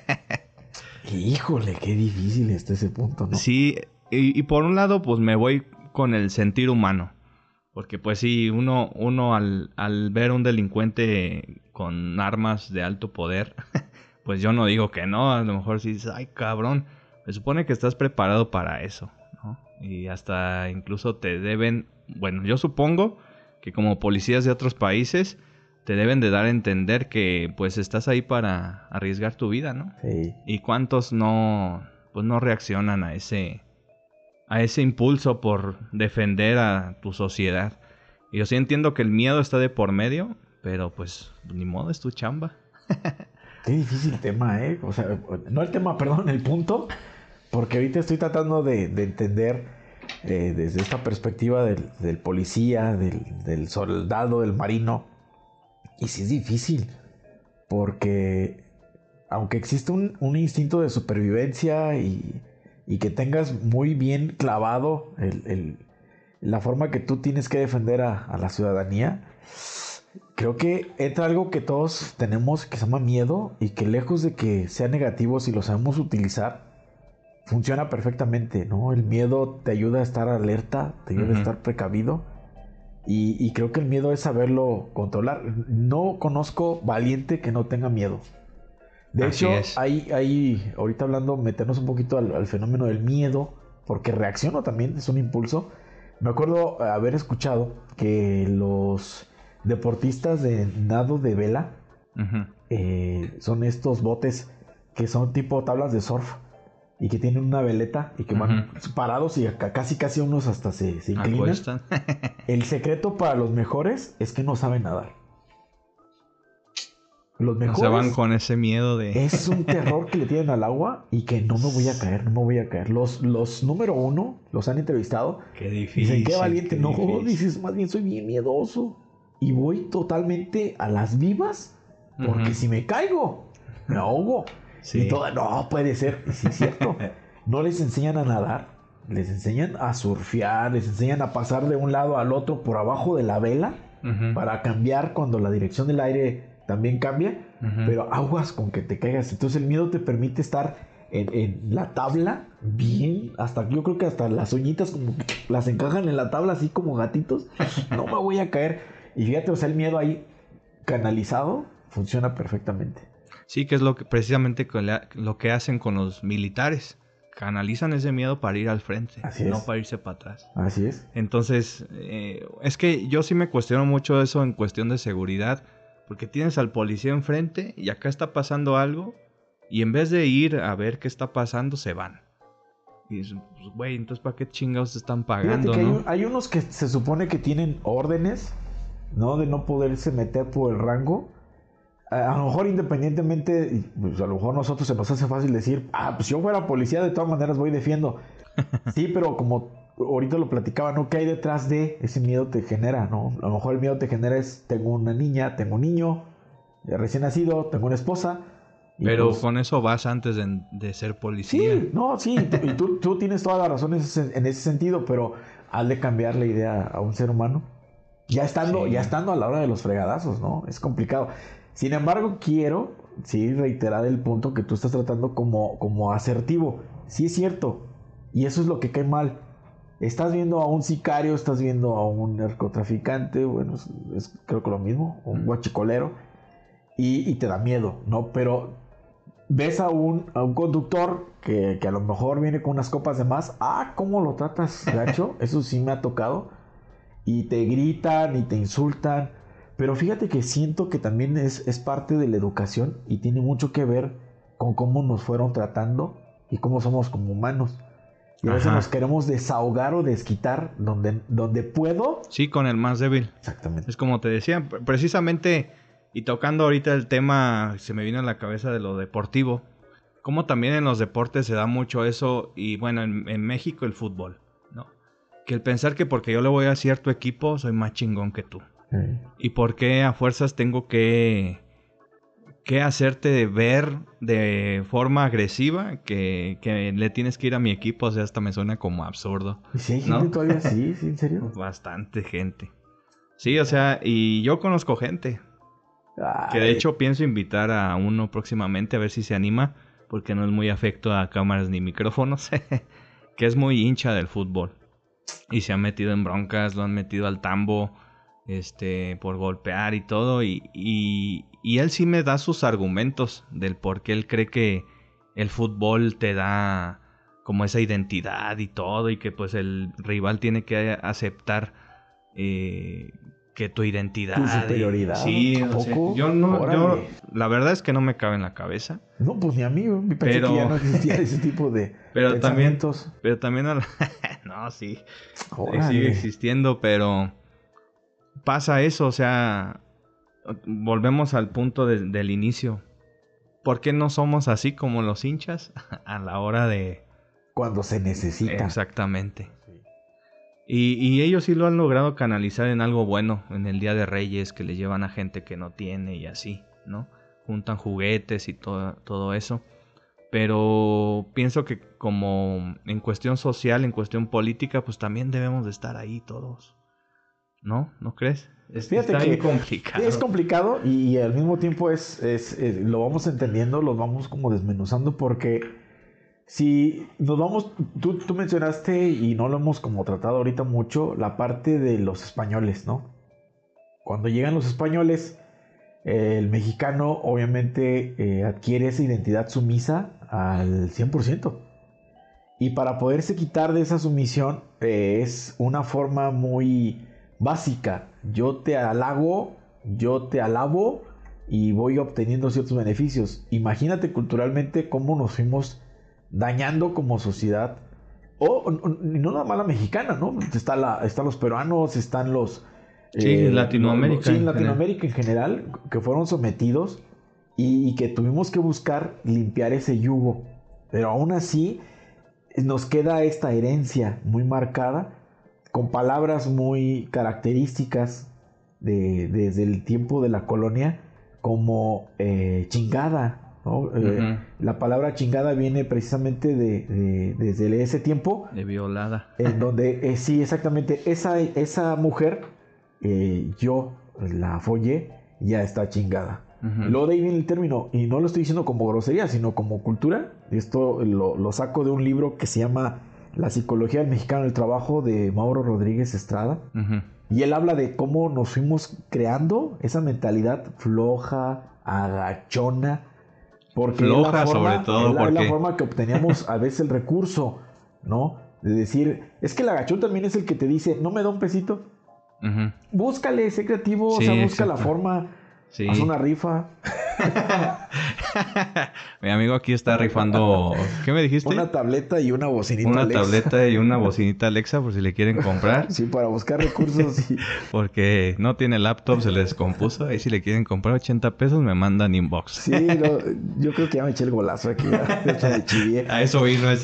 Speaker 2: Híjole, qué difícil está ese punto, ¿no?
Speaker 1: Sí, y, y por un lado pues me voy con el sentir humano. Porque pues sí, uno, uno al, al ver un delincuente con armas de alto poder, pues yo no digo que no, a lo mejor sí dices, ay cabrón, se supone que estás preparado para eso, ¿no? Y hasta incluso te deben, bueno, yo supongo que como policías de otros países te deben de dar a entender que pues estás ahí para arriesgar tu vida, ¿no?
Speaker 2: Sí.
Speaker 1: Y cuántos no, pues no reaccionan a ese... a ese impulso por defender a tu sociedad. Y yo sí entiendo que el miedo está de por medio, pero pues ni modo, es tu chamba.
Speaker 2: Qué difícil tema, ¿eh? O sea, no el tema, perdón, el punto, porque ahorita estoy tratando de, de entender eh, desde esta perspectiva del, del policía, del, del soldado, del marino, y sí es difícil, porque aunque existe un, un instinto de supervivencia y... y que tengas muy bien clavado el, el, la forma que tú tienes que defender a, a la ciudadanía, creo que entra algo que todos tenemos que se llama miedo y que lejos de que sea negativo, si lo sabemos utilizar, funciona perfectamente, ¿no? El miedo te ayuda a estar alerta, te ayuda uh-huh. a estar precavido y, y creo que el miedo es saberlo controlar. No conozco valiente que no tenga miedo. De Así hecho, es. hay, hay, ahorita hablando, meternos un poquito al, al fenómeno del miedo, porque reacciono también, es un impulso. Me acuerdo haber escuchado que los deportistas de nado de vela uh-huh. eh, son estos botes que son tipo tablas de surf y que tienen una veleta y que uh-huh. van parados y casi casi unos hasta se, se inclinan. El secreto para los mejores es que no saben nadar. Los mejores,
Speaker 1: o sea, van con ese miedo de...
Speaker 2: Es un terror que le tienen al agua y que no me voy a caer, no me voy a caer. Los, los número uno los han entrevistado.
Speaker 1: Qué difícil.
Speaker 2: Dicen, qué valiente.
Speaker 1: Qué
Speaker 2: no,
Speaker 1: difícil.
Speaker 2: Dices, más bien soy bien miedoso. Y voy totalmente a las vivas porque uh-huh. si me caigo, me ahogo. Sí. Y toda, no puede ser. Y sí es cierto. No les enseñan a nadar. Les enseñan a surfear. Les enseñan a pasar de un lado al otro por abajo de la vela uh-huh. para cambiar cuando la dirección del aire... también cambia, uh-huh. pero aguas con que te caigas. Entonces el miedo te permite estar en, en la tabla bien, hasta yo creo que hasta las uñitas como que las encajan en la tabla así como gatitos. No me voy a caer. Y fíjate, o sea, el miedo ahí canalizado funciona perfectamente.
Speaker 1: Sí, que es lo que precisamente lo que hacen con los militares. canalizan ese miedo para ir al frente,
Speaker 2: Así
Speaker 1: no
Speaker 2: es.
Speaker 1: para irse para atrás.
Speaker 2: Así es.
Speaker 1: Entonces, eh, es que yo sí me cuestiono mucho eso en cuestión de seguridad, porque tienes al policía enfrente y acá está pasando algo, y en vez de ir a ver qué está pasando, se van. Y dices, pues, güey, entonces ¿para qué chingados están pagando,
Speaker 2: Fíjate que
Speaker 1: no?
Speaker 2: hay, hay unos que se supone que tienen órdenes, ¿no? De no poderse meter por el rango. A, a lo mejor independientemente, pues a lo mejor nosotros se nos hace fácil decir, ah, pues si yo fuera policía de todas maneras voy y defiendo. Sí, pero como ahorita lo platicaba, ¿no? ¿Qué hay detrás de ese miedo te genera, ¿no? A lo mejor el miedo te genera es, tengo una niña, tengo un niño, recién nacido, tengo una esposa. Y
Speaker 1: Pero
Speaker 2: pues,
Speaker 1: con eso vas antes de, de ser policía.
Speaker 2: sí, no, sí, tú- y tú, tú tienes toda la razón en ese, en ese sentido, pero has de cambiar la idea a un ser humano. Ya estando,
Speaker 1: Sí.
Speaker 2: ya estando a la hora de los fregadazos, ¿no? Es complicado. Sin embargo, quiero, sí, reiterar el punto que tú estás tratando como, como asertivo. Sí es cierto, y eso es lo que cae mal. Estás viendo a un sicario, estás viendo a un narcotraficante, bueno, es, es creo que lo mismo, un guachicolero, y, y te da miedo, ¿no? Pero ves a un, a un conductor que, que a lo mejor viene con unas copas de más. Ah, ¿cómo lo tratas, gacho? Eso sí me ha tocado. Y te gritan y te insultan. Pero fíjate que siento que también es, es parte de la educación y tiene mucho que ver con cómo nos fueron tratando y cómo somos como humanos. Y a veces
Speaker 1: Ajá.
Speaker 2: nos queremos desahogar o desquitar donde, donde puedo.
Speaker 1: Sí, con el más débil.
Speaker 2: Exactamente.
Speaker 1: Es como te decía, precisamente, y tocando ahorita el tema, se me vino a la cabeza de lo deportivo, como también en los deportes se da mucho eso, y bueno, en, en México el fútbol, ¿no? Que el pensar que porque yo le voy a cierto equipo, soy más chingón que tú.
Speaker 2: Sí.
Speaker 1: Y por qué a fuerzas tengo que, que hacerte ver de forma agresiva que, que le tienes que ir a mi equipo, o sea, hasta me suena como absurdo,
Speaker 2: ¿Y si hay gente
Speaker 1: ¿no?
Speaker 2: todavía así? ¿Sí? ¿En serio?
Speaker 1: Bastante gente. Sí, o sea, y yo conozco gente que de
Speaker 2: Ay,
Speaker 1: hecho pienso invitar a uno próximamente a ver si se anima, porque no es muy afecto a cámaras ni micrófonos, que es muy hincha del fútbol y se ha metido en broncas, lo han metido al tambo, este, por golpear y todo, y, y, y él sí me da sus argumentos del por qué él cree que el fútbol te da como esa identidad y todo, y que pues el rival tiene que aceptar eh, que tu identidad
Speaker 2: tu
Speaker 1: y-
Speaker 2: superioridad.
Speaker 1: sí,
Speaker 2: ¿A
Speaker 1: o sea,
Speaker 2: poco?
Speaker 1: yo no, yo
Speaker 2: Órale.
Speaker 1: la verdad es que no me cabe en la cabeza,
Speaker 2: No, pues ni a mí, güey. Pensé
Speaker 1: pero
Speaker 2: que ya no existía ese tipo de
Speaker 1: pero también
Speaker 2: pensamientos.
Speaker 1: pero también a la- no, sí, eh, sigue
Speaker 2: Órale.
Speaker 1: existiendo, pero pasa eso, o sea, volvemos al punto de- del inicio. ¿Por qué no somos así como los hinchas a la hora de...
Speaker 2: Cuando se necesita.
Speaker 1: Exactamente. Y, y ellos sí lo han logrado canalizar en algo bueno, en el Día de Reyes, que le llevan a gente que no tiene y así, ¿no? Juntan juguetes y todo, todo eso. Pero pienso que como en cuestión social, en cuestión política, pues también debemos de estar ahí todos. ¿No? ¿No crees? Es,
Speaker 2: Fíjate
Speaker 1: está
Speaker 2: que
Speaker 1: bien complicado.
Speaker 2: es complicado y, y al mismo tiempo es, es, es- lo vamos entendiendo, lo vamos como desmenuzando porque si nos vamos, tú, tú mencionaste y no lo hemos como tratado ahorita mucho, la parte de los españoles, ¿no? Cuando llegan los españoles, eh, el mexicano obviamente eh, adquiere esa identidad sumisa al cien por ciento. Y para poderse quitar de esa sumisión eh, es una forma muy básica. Yo te halago, yo te alabo y voy obteniendo ciertos beneficios. Imagínate culturalmente cómo nos fuimos dañando como sociedad. O o- o- no nada más la mexicana, ¿no? Está la, están los peruanos, están los...
Speaker 1: Sí, en
Speaker 2: eh,
Speaker 1: Latinoamérica
Speaker 2: lo- sí, en
Speaker 1: en general.
Speaker 2: Latinoamérica en general, que fueron sometidos y, y que tuvimos que buscar limpiar ese yugo. Pero aún así nos queda esta herencia muy marcada, con palabras muy características de, desde el tiempo de la colonia, como eh, chingada, ¿no? Eh,
Speaker 1: Ujú.
Speaker 2: la palabra chingada viene precisamente de, de- desde ese tiempo,
Speaker 1: De violada.
Speaker 2: en donde eh, sí, exactamente, esa, esa mujer, eh, yo la follé, ya está chingada.
Speaker 1: Ujú.
Speaker 2: Y luego de ahí viene el término, y no lo estoy diciendo como grosería, sino como cultura. Esto lo, lo saco de un libro que se llama La psicología del mexicano del trabajo, de Mauro Rodríguez Estrada.
Speaker 1: Ujú.
Speaker 2: Y él habla de cómo nos fuimos creando esa mentalidad floja, agachona, Porque
Speaker 1: floja,
Speaker 2: es la forma,
Speaker 1: sobre todo.
Speaker 2: es la,
Speaker 1: porque...
Speaker 2: es la forma que obteníamos a veces el recurso, ¿no? De decir, es que el agachón también es el que te dice, no me da un pesito. Uh-huh. Búscale, sé creativo, sí, o sea, busca exacto. La forma. Sí. Haz una rifa.
Speaker 1: Mi amigo aquí está rifando... ¿Qué me dijiste?
Speaker 2: Una tableta y una bocinita
Speaker 1: una
Speaker 2: Alexa.
Speaker 1: Una tableta y una bocinita Alexa por si le quieren comprar.
Speaker 2: Sí, para buscar recursos. Sí.
Speaker 1: Porque no tiene laptop, se le descompuso. Ahí si le quieren comprar ochenta pesos, me mandan inbox.
Speaker 2: Sí, no, yo creo que ya me eché el golazo aquí. Ya,
Speaker 1: a eso vino, eso.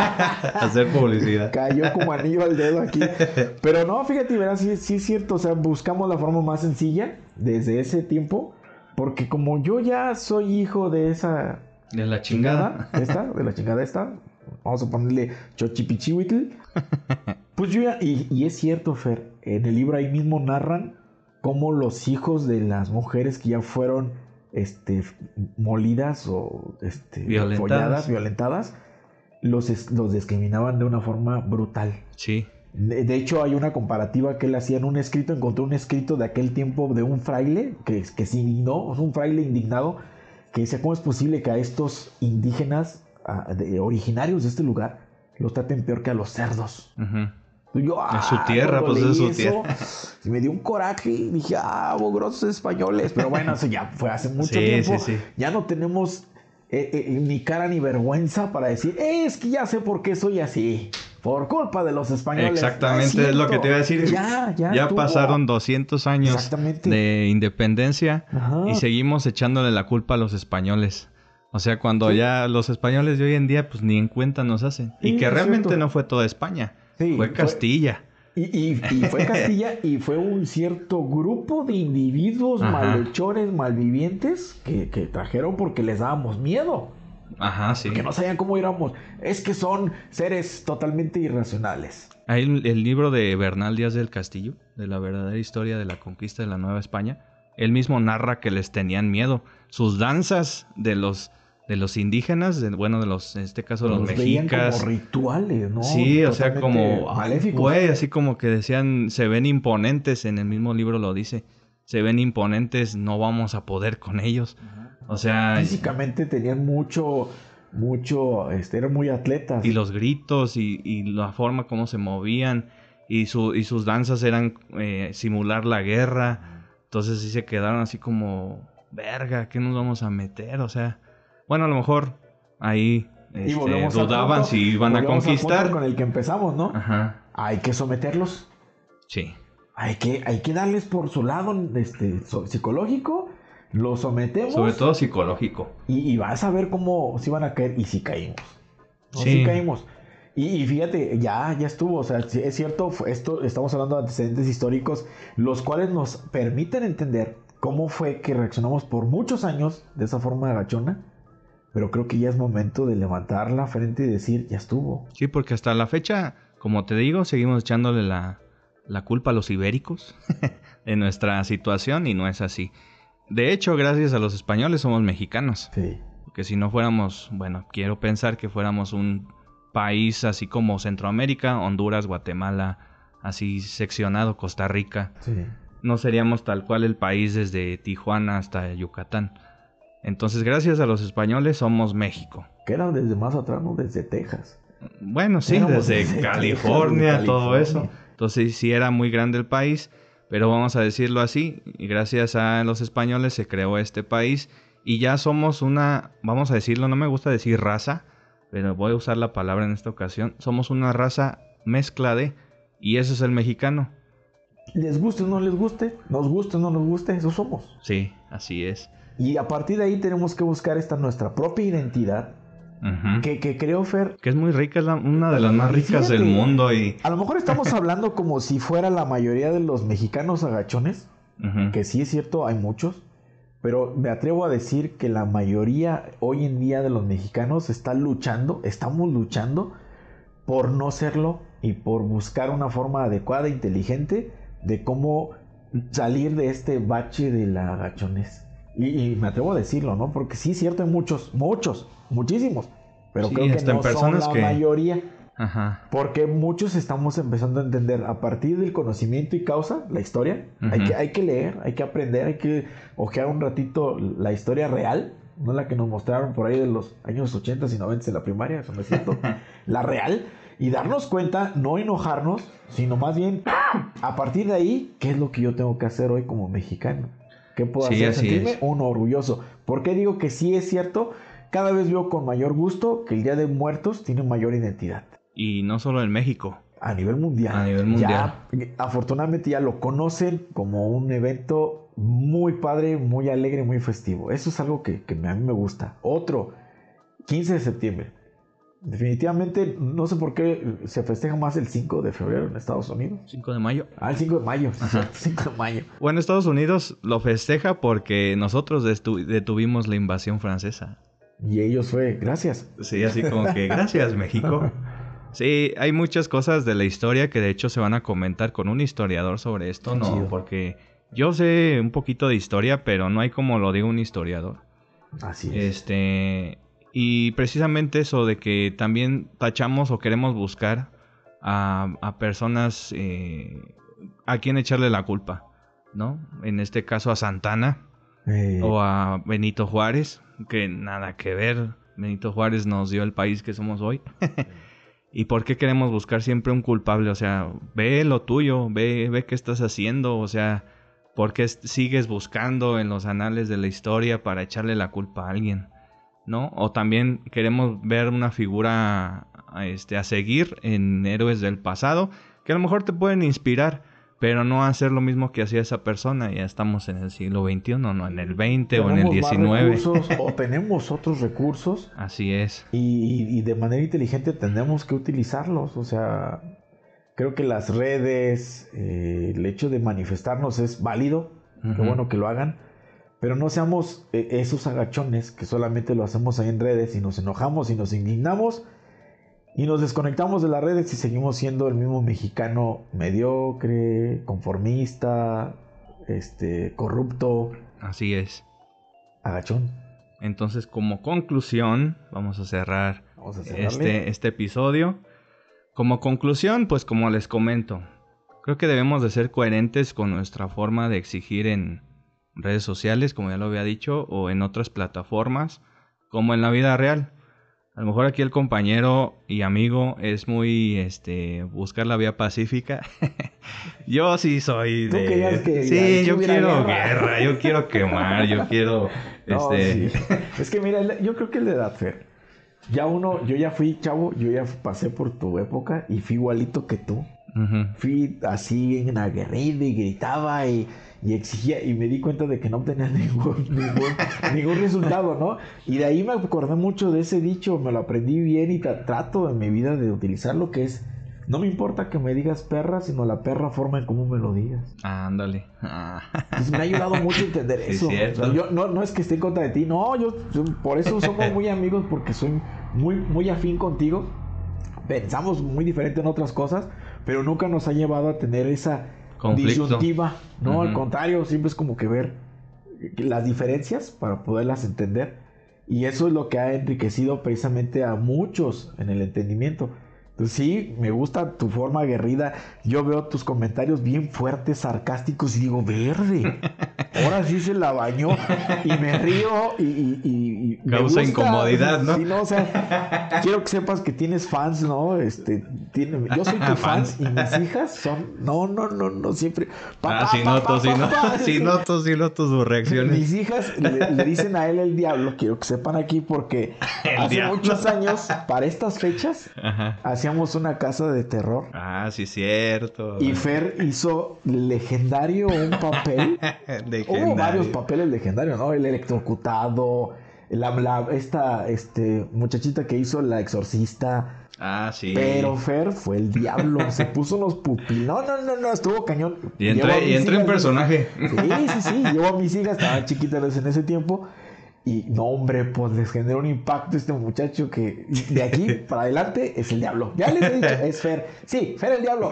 Speaker 1: A hacer publicidad.
Speaker 2: Cayó como anillo al dedo aquí. Pero no, fíjate, verás, sí, sí es cierto. O sea, buscamos la forma más sencilla desde ese tiempo. Porque como yo ya soy hijo de esa...
Speaker 1: De la chingada.
Speaker 2: chingada esta, de la chingada esta. Vamos a ponerle Chochipichihuitl. Pues yo ya... Y, y es cierto, Fer. En el libro ahí mismo narran cómo los hijos de las mujeres que ya fueron este, molidas o este,
Speaker 1: violentadas.
Speaker 2: folladas, violentadas, los, los discriminaban de una forma brutal.
Speaker 1: Sí.
Speaker 2: De, de hecho, hay una comparativa que él hacía en un escrito. Encontró un escrito de aquel tiempo de un fraile que, que se indignó, un fraile indignado, que decía, ¿cómo es posible que a estos indígenas a, de, originarios de este lugar los traten peor que a los cerdos?
Speaker 1: Uh-huh.
Speaker 2: Y yo, ah,
Speaker 1: es su tierra, pues es su
Speaker 2: eso,
Speaker 1: tierra.
Speaker 2: Y me dio un coraje y dije, ah, grosos españoles. Pero bueno, eso ya fue hace mucho
Speaker 1: sí,
Speaker 2: tiempo.
Speaker 1: Sí, sí.
Speaker 2: Ya no tenemos eh, eh, ni cara ni vergüenza para decir, eh, es que ya sé por qué soy así. Por culpa de los españoles.
Speaker 1: Exactamente, es, es lo que te iba a decir.
Speaker 2: Ya, ya.
Speaker 1: Ya pasaron doscientos años de independencia. Ajá. Y seguimos echándole la culpa a los españoles. O sea, cuando sí. ya los españoles de hoy en día, pues ni en cuenta nos hacen. Sí, y que realmente cierto. No fue toda España. Sí, fue Castilla.
Speaker 2: Fue, y, y, y fue Castilla y fue un cierto grupo de individuos Ajá. malhechores, malvivientes que, que trajeron porque les dábamos miedo.
Speaker 1: Ajá, sí.
Speaker 2: Que no sabían cómo íbamos. Es que son seres totalmente irracionales.
Speaker 1: Hay el, el libro de Bernal Díaz del Castillo, de la verdadera historia de la conquista de la Nueva España. Él mismo narra que les tenían miedo. Sus danzas de los de los indígenas, de, bueno, de los, en este caso, los, los mexicas.
Speaker 2: Como rituales, ¿no?
Speaker 1: Sí, totalmente o sea, como maléficos. Güey, así como que decían, se ven imponentes, en el mismo libro lo dice. Se ven imponentes, no vamos a poder con ellos. Uh-huh. O sea...
Speaker 2: Físicamente tenían mucho, mucho, este, eran muy atletas.
Speaker 1: Y los gritos y, y la forma como se movían y, su, y sus danzas eran eh, simular la guerra. Entonces sí se quedaron así como, verga, ¿qué nos vamos a meter? O sea, bueno, a lo mejor ahí este, dudaban punto, si iban a conquistar.
Speaker 2: Con el que empezamos, ¿no?
Speaker 1: Ajá.
Speaker 2: Hay que someterlos.
Speaker 1: Sí.
Speaker 2: Hay que, hay que darles por su lado este, psicológico. Lo sometemos.
Speaker 1: Sobre todo psicológico.
Speaker 2: Y, y vas a ver cómo si van a caer y si caímos. ¿No?
Speaker 1: Sí.
Speaker 2: Si caímos. Y, y fíjate, ya, ya estuvo. O sea, es cierto, esto estamos hablando de antecedentes históricos, los cuales nos permiten entender cómo fue que reaccionamos por muchos años de esa forma agachona. Pero creo que ya es momento de levantar la frente y decir, ya estuvo.
Speaker 1: Sí, porque hasta la fecha, como te digo, seguimos echándole la, la culpa a los ibéricos de nuestra situación y no es así. De hecho, gracias a los españoles somos mexicanos.
Speaker 2: Sí.
Speaker 1: Porque si no fuéramos, bueno, quiero pensar que fuéramos un país así como Centroamérica, Honduras, Guatemala, así seccionado, Costa Rica.
Speaker 2: Sí.
Speaker 1: No seríamos tal cual el país desde Tijuana hasta Yucatán. Entonces, gracias a los españoles somos México.
Speaker 2: Que eran desde más atrás, ¿no? Desde Texas.
Speaker 1: Bueno, sí, desde, desde California, Texas, todo California. Eso. Entonces, sí era muy grande el país. Pero vamos a decirlo así, y gracias a los españoles se creó este país y ya somos una, vamos a decirlo, no me gusta decir raza, pero voy a usar la palabra en esta ocasión, somos una raza mezcla de, y eso es el mexicano.
Speaker 2: Les guste o no les guste, nos guste o no nos guste, eso somos.
Speaker 1: Sí, así es.
Speaker 2: Y a partir de ahí tenemos que buscar esta nuestra propia identidad. Uh-huh. Que, que creo, Fer...
Speaker 1: Que es muy rica, es la, una de las más ricas fíjate, del mundo y...
Speaker 2: A lo mejor estamos hablando como si fuera la mayoría de los mexicanos agachones. Uh-huh. Que sí es cierto, hay muchos. Pero me atrevo a decir que la mayoría hoy en día de los mexicanos está luchando, estamos luchando por no serlo y por buscar una forma adecuada e inteligente de cómo salir de este bache de la agachonez. Y, y me atrevo a decirlo, ¿no? Porque sí es cierto, hay muchos, muchos, muchísimos. Pero sí, creo que no son la que... mayoría.
Speaker 1: Ajá.
Speaker 2: Porque muchos estamos empezando a entender a partir del conocimiento y causa, la historia. Uh-huh. Hay que, hay que leer, hay que aprender, hay que ojear un ratito la historia real no la que nos mostraron por ahí de los años ochenta y noventa en la primaria, eso me siento, la real, y darnos cuenta, no enojarnos, sino más bien, a partir de ahí, ¿qué es lo que yo tengo que hacer hoy como mexicano? ¿Qué puedo
Speaker 1: sí,
Speaker 2: hacer? Sentirme
Speaker 1: es.
Speaker 2: uno orgulloso. ¿Por qué digo que sí es cierto? Cada vez veo con mayor gusto que el Día de Muertos tiene mayor identidad.
Speaker 1: Y no solo en México.
Speaker 2: A nivel mundial.
Speaker 1: A nivel mundial.
Speaker 2: Ya, afortunadamente ya lo conocen como un evento muy padre, muy alegre, muy festivo. Eso es algo que, que a mí me gusta. Otro, quince de septiembre. Definitivamente, no sé por qué se festeja más el cinco de febrero en Estados Unidos.
Speaker 1: ¿cinco de mayo?
Speaker 2: Ah, el cinco de mayo. cinco de mayo.
Speaker 1: Bueno, Estados Unidos lo festeja porque nosotros detu- detuvimos la invasión francesa.
Speaker 2: Y ellos fue, gracias.
Speaker 1: Sí, así como que gracias, México. Sí, hay muchas cosas de la historia que de hecho se van a comentar con un historiador sobre esto, ¿no?
Speaker 2: Chido.
Speaker 1: Porque yo sé un poquito de historia, pero no hay como lo diga un historiador.
Speaker 2: Así es.
Speaker 1: Este, y precisamente eso de que también tachamos o queremos buscar a, a personas eh, a quien echarle la culpa, ¿no? En este caso a Santana
Speaker 2: Eh,
Speaker 1: o a Benito Juárez, que nada que ver. Benito Juárez nos dio el país que somos hoy. ¿Y por qué queremos buscar siempre un culpable? O sea, ve lo tuyo, ve, ve qué estás haciendo. O sea, ¿por qué sigues buscando en los anales de la historia para echarle la culpa a alguien? ¿No? O también queremos ver una figura este, a seguir en héroes del pasado que a lo mejor te pueden inspirar, pero no hacer lo mismo que hacía esa persona. Ya estamos en el siglo veintiuno, no en el veinte o en el diecinueve.
Speaker 2: Recursos, o tenemos otros recursos.
Speaker 1: Así es.
Speaker 2: Y, y de manera inteligente tenemos que utilizarlos. O sea, creo que las redes, eh, el hecho de manifestarnos es válido. Uh-huh. Qué bueno que lo hagan. Pero no seamos eh, esos agachones que solamente lo hacemos ahí en redes y nos enojamos y nos indignamos. Y nos desconectamos de las redes y seguimos siendo el mismo mexicano mediocre, conformista, este, corrupto.
Speaker 1: Así es.
Speaker 2: Agachón.
Speaker 1: Entonces, como conclusión, vamos a cerrar vamos a este, este episodio. Como conclusión, pues como les comento, creo que debemos de ser coherentes con nuestra forma de exigir en redes sociales, como ya lo había dicho, o en otras plataformas, como en la vida real. A lo mejor aquí el compañero y amigo es muy, este, buscar la vía pacífica. Yo sí soy de...
Speaker 2: ¿Tú querías que
Speaker 1: sí, yo quiero guerra? guerra, yo quiero quemar, yo quiero,
Speaker 2: no,
Speaker 1: este...
Speaker 2: Sí. Es que mira, yo creo que el de edad, Fer, ya uno, yo ya fui, chavo, yo ya pasé por tu época y fui igualito que tú. Uh-huh. Fui así en aguerrido y gritaba y... y exigía, y me di cuenta de que no obtenía ningún, ningún, ningún resultado, ¿no? Y de ahí me acordé mucho de ese dicho, me lo aprendí bien y tra- trato en mi vida de utilizarlo, que es, no me importa que me digas perra, sino la perra forma en cómo me lo digas.
Speaker 1: Ah, ándale. Ah.
Speaker 2: Entonces me ha ayudado mucho a entender
Speaker 1: sí,
Speaker 2: eso.
Speaker 1: Cierto.
Speaker 2: O sea, yo, no, no es que esté en contra de ti, no, yo, yo por eso somos muy amigos, porque soy muy, muy afín contigo. Pensamos muy diferente en otras cosas, pero nunca nos ha llevado a tener esa...
Speaker 1: conflicto.
Speaker 2: Disyuntiva, no, uh-huh. Al contrario, siempre es como que ver las diferencias para poderlas entender, y eso es lo que ha enriquecido precisamente a muchos en el entendimiento. Entonces sí, me gusta tu forma aguerrida. Yo veo tus comentarios bien fuertes, sarcásticos, y digo, verde, ahora sí se la bañó, y me río y, y, y, y
Speaker 1: causa
Speaker 2: me gusta,
Speaker 1: incomodidad, ¿no?
Speaker 2: Sí, no, o sea, quiero que sepas que tienes fans, ¿no? Este, tiene, yo soy tu fan y mis hijas son, no, no, no, no siempre.
Speaker 1: Pa, ah, si noto, si noto, si noto, si noto sus reacciones.
Speaker 2: Mis hijas le, le dicen a él el diablo, quiero que sepan aquí, porque hace diablo. muchos años, para estas fechas, ajá, hacíamos una casa de terror.
Speaker 1: Ah, sí, cierto.
Speaker 2: Y Fer hizo legendario un papel.
Speaker 1: Legendario.
Speaker 2: Hubo varios papeles legendarios, ¿no? El electrocutado, la, la, esta este, muchachita que hizo la exorcista.
Speaker 1: Ah, sí.
Speaker 2: Pero Fer fue el diablo. Se puso unos pupilos. No, no, no, no, estuvo cañón.
Speaker 1: Y entré, y entré en personaje.
Speaker 2: Sí, sí, sí. Llevo a mis hijas, estaban chiquitas en ese tiempo. Y no, hombre, pues les generó un impacto este muchacho que de aquí para adelante es el diablo. Ya les he dicho, es Fer. Sí, Fer el diablo.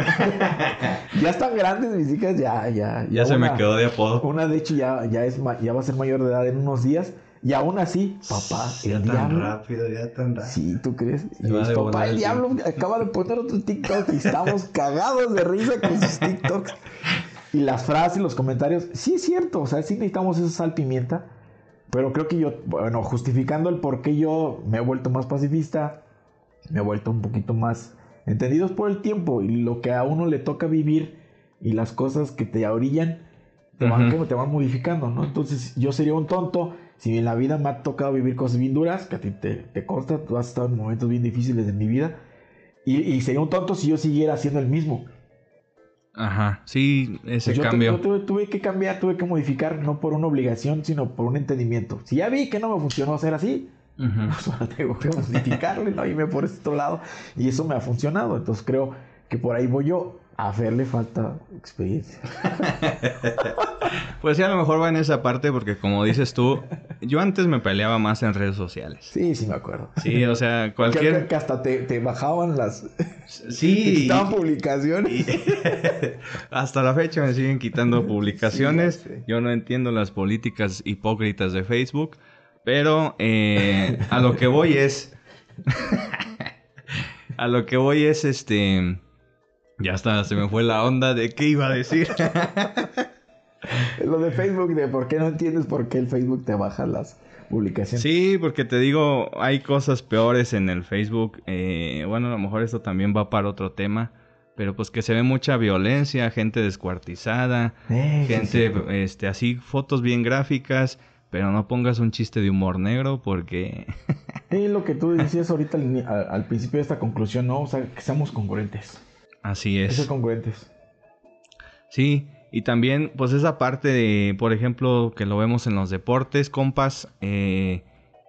Speaker 2: Ya están grandes mis hijas, ya, ya.
Speaker 1: Ya, ya se
Speaker 2: una,
Speaker 1: me quedó de apodo.
Speaker 2: Una de hecho ya, ya, es, ya va a ser mayor de edad en unos días. Y aún así, papá,
Speaker 1: ya
Speaker 2: el
Speaker 1: tan
Speaker 2: diablo.
Speaker 1: rápido, ya tan rápido.
Speaker 2: Sí, ¿tú crees? Y es, papá, el diablo tiempo. Acaba de poner otro TikTok y estamos cagados de risa con sus TikToks. Y las frases, los comentarios, sí es cierto, o sea, sí necesitamos esa sal pimienta. Pero creo que yo, bueno, justificando el por qué yo me he vuelto más pacifista, me he vuelto un poquito más entendidos por el tiempo y lo que a uno le toca vivir y las cosas que te orillan te van, uh-huh. te van modificando, ¿no? Entonces yo sería un tonto si en la vida me ha tocado vivir cosas bien duras, que a ti te, te consta, tú has estado en momentos bien difíciles de mi vida, y, y sería un tonto si yo siguiera haciendo el mismo.
Speaker 1: Ajá, sí, ese
Speaker 2: pues yo
Speaker 1: cambio.
Speaker 2: Tu, yo tuve, tuve que cambiar, tuve que modificar, no por una obligación, sino por un entendimiento. Si ya vi que no me funcionó hacer así, uh-huh. pues ahora tengo que modificarlo y no irme por este otro lado. Y eso me ha funcionado. Entonces creo que por ahí voy yo. A Fer le falta experiencia.
Speaker 1: Pues sí, a lo mejor va en esa parte porque como dices tú, yo antes me peleaba más en redes sociales.
Speaker 2: Sí, sí me acuerdo.
Speaker 1: Sí, o sea, cualquier...
Speaker 2: Que, que hasta te, te bajaban las...
Speaker 1: Sí.
Speaker 2: Te quitaban publicaciones.
Speaker 1: Y... hasta la fecha me siguen quitando publicaciones. Sí, yo no entiendo las políticas hipócritas de Facebook. Pero eh, a lo que voy es... a lo que voy es este... Ya está, se me fue la onda de qué iba a decir.
Speaker 2: Lo de Facebook, de por qué no entiendes por qué el Facebook te baja las publicaciones.
Speaker 1: Sí, porque te digo, hay cosas peores en el Facebook. Eh, bueno, a lo mejor esto también va para otro tema. Pero pues que se ve mucha violencia, gente descuartizada, eh, gente, sí, sí. este, así, fotos bien gráficas. Pero no pongas un chiste de humor negro porque...
Speaker 2: Sí, lo que tú decías ahorita al, al principio de esta conclusión, ¿no? O sea, que seamos congruentes.
Speaker 1: Así es.
Speaker 2: Ser congruentes.
Speaker 1: Sí, y también, pues esa parte de, por ejemplo, que lo vemos en los deportes, compas, eh,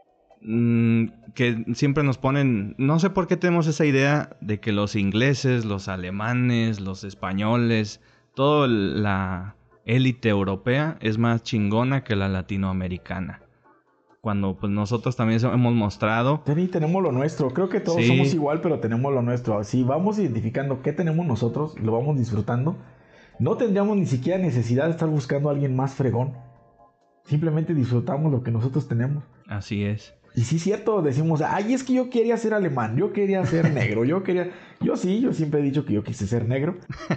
Speaker 1: mmm, que siempre nos ponen, no sé por qué tenemos esa idea de que los ingleses, los alemanes, los españoles, toda la élite europea es más chingona que la latinoamericana. Cuando pues nosotros también hemos mostrado...
Speaker 2: Sí, tenemos lo nuestro. Creo que todos sí. somos igual, pero tenemos lo nuestro. Así vamos identificando qué tenemos nosotros, lo vamos disfrutando. No tendríamos ni siquiera necesidad de estar buscando a alguien más fregón. Simplemente disfrutamos lo que nosotros tenemos.
Speaker 1: Así es.
Speaker 2: Y sí es cierto, decimos, ay, es que yo quería ser alemán, yo quería ser negro, yo quería... Yo sí, yo siempre he dicho que yo quise ser negro.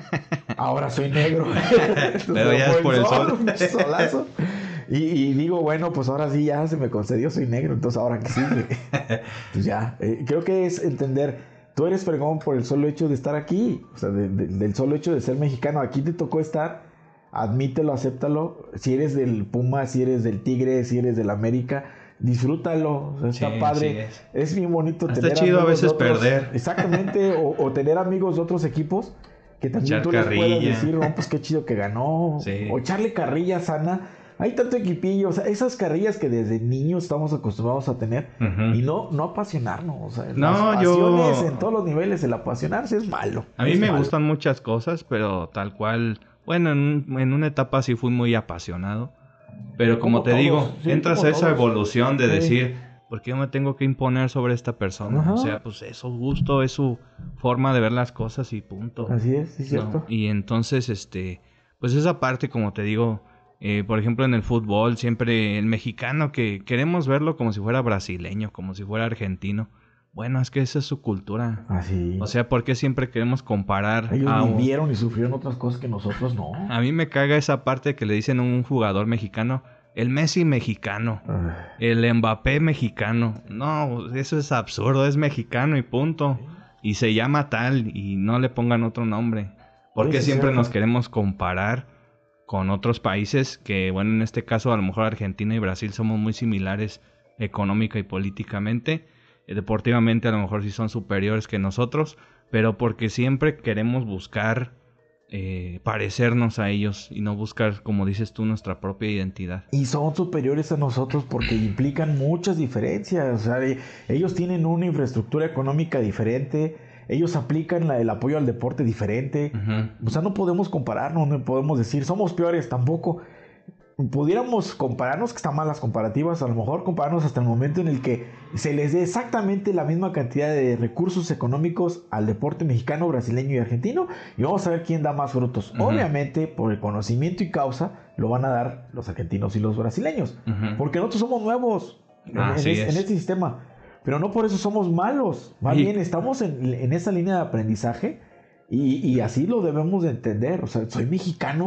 Speaker 2: Ahora soy negro.
Speaker 1: Pero ya es por el sol.
Speaker 2: Un solazo. Y, y digo, bueno, pues ahora sí ya se me concedió, soy negro, entonces ahora que sigue. Pues ya, eh, creo que es entender, tú eres fregón por el solo hecho de estar aquí, o sea, de, de, del solo hecho de ser mexicano, aquí te tocó estar, admítelo, acéptalo, si eres del Puma, si eres del Tigre, si eres del América, disfrútalo, o sea, está sí, padre, es. es bien bonito
Speaker 1: está
Speaker 2: tener
Speaker 1: chido a veces
Speaker 2: otros,
Speaker 1: perder.
Speaker 2: Exactamente, o, o tener amigos de otros equipos, que también
Speaker 1: Echar
Speaker 2: tú
Speaker 1: carrilla.
Speaker 2: les puedas decir, no, pues qué chido que ganó,
Speaker 1: sí.
Speaker 2: o echarle carrilla sana. Hay tanto equipillo, o sea, esas carrillas que desde niños estamos acostumbrados a tener, uh-huh. y no, no apasionarnos, o sea,
Speaker 1: no,
Speaker 2: las pasiones
Speaker 1: yo...
Speaker 2: en todos los niveles, el apasionarse es malo.
Speaker 1: A mí
Speaker 2: es
Speaker 1: me
Speaker 2: malo.
Speaker 1: gustan muchas cosas, pero tal cual, bueno, en, en una etapa sí fui muy apasionado, pero como, como te todos, digo, sí, entras a esa todos. evolución de sí. decir, ¿por qué yo me tengo que imponer sobre esta persona? Uh-huh. O sea, pues es su gusto, es su forma de ver las cosas y punto.
Speaker 2: Así es, sí es cierto.
Speaker 1: ¿No? Y entonces, este, pues esa parte, como te digo... Eh, por ejemplo, en el fútbol, siempre el mexicano que queremos verlo como si fuera brasileño, como si fuera argentino. Bueno, es que esa es su cultura.
Speaker 2: Así.
Speaker 1: O sea, ¿por qué siempre queremos comparar?
Speaker 2: Ellos
Speaker 1: a un...
Speaker 2: vivieron y sufrieron otras cosas que nosotros no.
Speaker 1: A mí me caga esa parte que le dicen a un jugador mexicano, el Messi mexicano, Ay. el Mbappé mexicano. No, eso es absurdo, es mexicano y punto. Y se llama tal y no le pongan otro nombre. ¿Por qué sí, siempre sí, nos queremos comparar con otros países que, bueno, en este caso a lo mejor Argentina y Brasil somos muy similares económica y políticamente, eh, deportivamente a lo mejor sí son superiores que nosotros, pero porque siempre queremos buscar eh, parecernos a ellos y no buscar, como dices tú, nuestra propia identidad.
Speaker 2: Y son superiores a nosotros porque implican muchas diferencias, o sea, ellos tienen una infraestructura económica diferente. Ellos aplican la, el apoyo al deporte diferente. Uh-huh. O sea, no podemos compararnos, no podemos decir somos peores tampoco. Pudiéramos compararnos, que están mal las comparativas, a lo mejor compararnos hasta el momento en el que se les dé exactamente la misma cantidad de recursos económicos al deporte mexicano, brasileño y argentino, y vamos a ver quién da más frutos. Uh-huh. Obviamente, por el conocimiento y causa, lo van a dar los argentinos y los brasileños. Uh-huh. Porque nosotros somos nuevos en, en, es, en este sistema. Pero no por eso somos malos. Más y... bien estamos en, en esa línea de aprendizaje y, y así lo debemos de entender. O sea, soy mexicano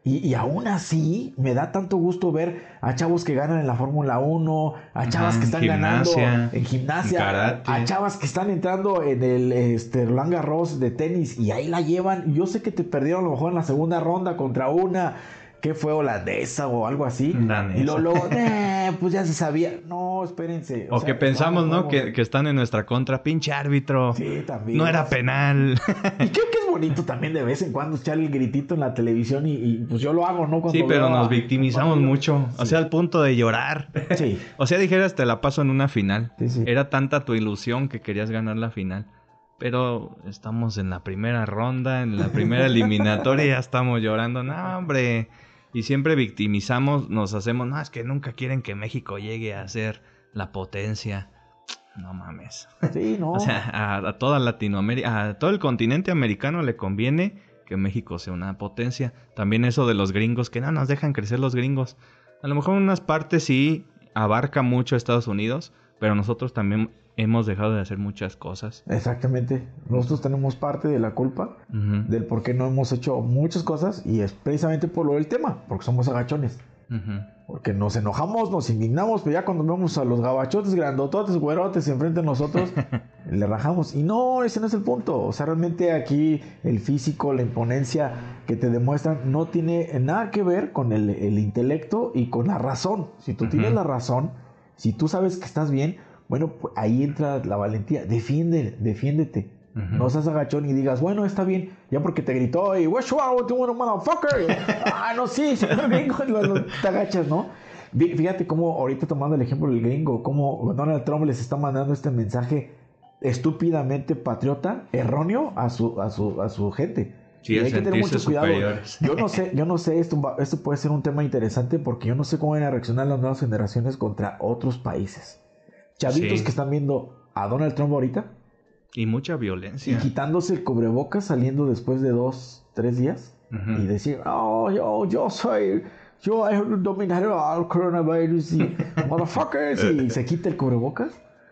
Speaker 2: Y, y aún así, me da tanto gusto ver a chavos que ganan en la Fórmula uno, a chavas
Speaker 1: Ajá,
Speaker 2: que están
Speaker 1: gimnasia,
Speaker 2: ganando en gimnasia,
Speaker 1: en karate.
Speaker 2: a chavas que están entrando en el este, Roland Garros de tenis y ahí la llevan. Yo sé que te perdieron a lo mejor en la segunda ronda contra una que fue holandesa o algo así.
Speaker 1: Danesa.
Speaker 2: Y luego, luego eh, pues ya se sabía. No, espérense.
Speaker 1: O, o sea, que pensamos, ¿no? Que, que están en nuestra contra. Pinche árbitro.
Speaker 2: Sí, también.
Speaker 1: No era penal.
Speaker 2: Y creo que es bonito también de vez en cuando echar el gritito en la televisión y, y pues yo lo hago, ¿no? Cuando
Speaker 1: sí, pero nos
Speaker 2: a,
Speaker 1: victimizamos mucho.
Speaker 2: Sí.
Speaker 1: O sea, al punto de llorar.
Speaker 2: Sí.
Speaker 1: O sea, dijeras, te la paso en una final.
Speaker 2: Sí, sí.
Speaker 1: Era tanta tu ilusión que querías ganar la final. Pero estamos en la primera ronda, en la primera eliminatoria y ya estamos llorando. No, hombre. Y siempre victimizamos, nos hacemos, no, es que nunca quieren que México llegue a ser la potencia. No mames.
Speaker 2: Sí, no.
Speaker 1: O sea, a, a toda Latinoamérica, a todo el continente americano le conviene que México sea una potencia. También eso de los gringos, que no nos dejan crecer los gringos. A lo mejor en unas partes sí abarca mucho a Estados Unidos, pero nosotros también hemos dejado de hacer muchas cosas.
Speaker 2: Exactamente. Nosotros tenemos parte de la culpa uh-huh. del por qué no hemos hecho muchas cosas y es precisamente por lo del tema, porque somos agachones. Uh-huh. Porque nos enojamos, nos indignamos, pero ya cuando vemos a los gabachotes, grandototes, güerotes enfrente de nosotros, le rajamos. Y no, ese no es el punto. O sea, realmente aquí el físico, la imponencia que te demuestran no tiene nada que ver con el, el intelecto y con la razón. Si tú uh-huh. tienes la razón, si tú sabes que estás bien, bueno, pues ahí entra la valentía. Defiende, defiéndete. Uh-huh. No seas agachón y digas, bueno, está bien, ya porque te gritó y what's wrong with you, motherfucker? Ah, no, sí, sí, gringo, te agachas, ¿no? Fíjate cómo ahorita tomando el ejemplo del gringo, cómo Donald Trump les está mandando este mensaje estúpidamente patriota, erróneo a su, a su, a su gente.
Speaker 1: Sí,
Speaker 2: y hay que tener mucho cuidado.
Speaker 1: Superiores.
Speaker 2: Yo no sé, yo no sé, esto, esto puede ser un tema interesante porque yo no sé cómo van a reaccionar las nuevas generaciones contra otros países. Chavitos sí. que están viendo a Donald Trump ahorita.
Speaker 1: Y mucha violencia.
Speaker 2: Y quitándose el cubrebocas saliendo después de dos, tres días. Uh-huh. Y decir, oh, yo, yo soy, yo he dominado al coronavirus y motherfuckers. Y se quita el cubrebocas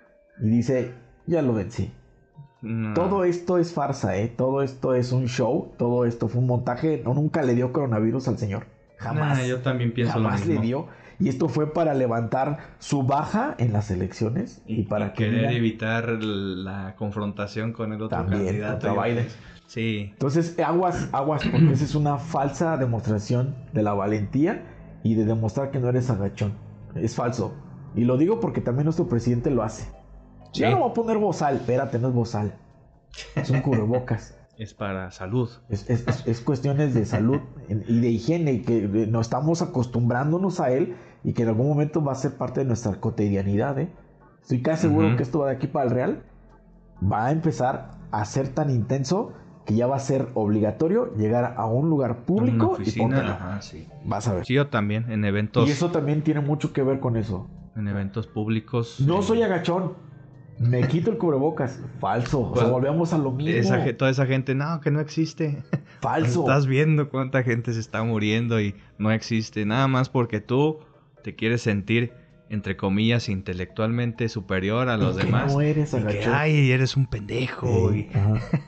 Speaker 2: y dice, ya lo vencí. No. Todo esto es farsa, ¿eh? Todo esto es un show. Todo esto fue un montaje. No, nunca le dio coronavirus al señor. Jamás.
Speaker 1: Nah, yo también pienso
Speaker 2: jamás
Speaker 1: lo mismo.
Speaker 2: le dio. Y esto fue para levantar su baja en las elecciones. Y, y para
Speaker 1: y
Speaker 2: que
Speaker 1: querer evitar la confrontación con el otro
Speaker 2: también,
Speaker 1: candidato.
Speaker 2: Contra Biden.
Speaker 1: Sí.
Speaker 2: Entonces, aguas, aguas, porque esa es una falsa demostración de la valentía y de demostrar que no eres agachón. Es falso. Y lo digo porque también nuestro presidente lo hace. Sí. Ya no voy a poner bozal. Espérate, no es bozal. Es un cubrebocas.
Speaker 1: Es para salud.
Speaker 2: Es, es, es, es cuestiones de salud y de higiene, y que no estamos acostumbrándonos a él y que en algún momento va a ser parte de nuestra cotidianidad, ¿eh? Estoy casi seguro uh-huh. que esto va de aquí para el Real va a empezar a ser tan intenso que ya va a ser obligatorio llegar a un lugar público
Speaker 1: una oficina,
Speaker 2: y póntelo.
Speaker 1: Ajá, sí.
Speaker 2: Vas a ver.
Speaker 1: Sí, yo también, en eventos.
Speaker 2: Y eso también tiene mucho que ver con eso.
Speaker 1: En eventos públicos.
Speaker 2: No
Speaker 1: eh...
Speaker 2: soy agachón. Me quito el cubrebocas. Falso. Pues, o sea, volvemos a lo mismo.
Speaker 1: Esa, toda esa gente, no, que no existe.
Speaker 2: Falso.
Speaker 1: Estás viendo cuánta gente se está muriendo y no existe. Nada más porque tú te quieres sentir, entre comillas, intelectualmente superior a los
Speaker 2: y
Speaker 1: demás.
Speaker 2: Que no eres agachón.
Speaker 1: Y que, ay, eres un pendejo.
Speaker 2: Sí,
Speaker 1: y...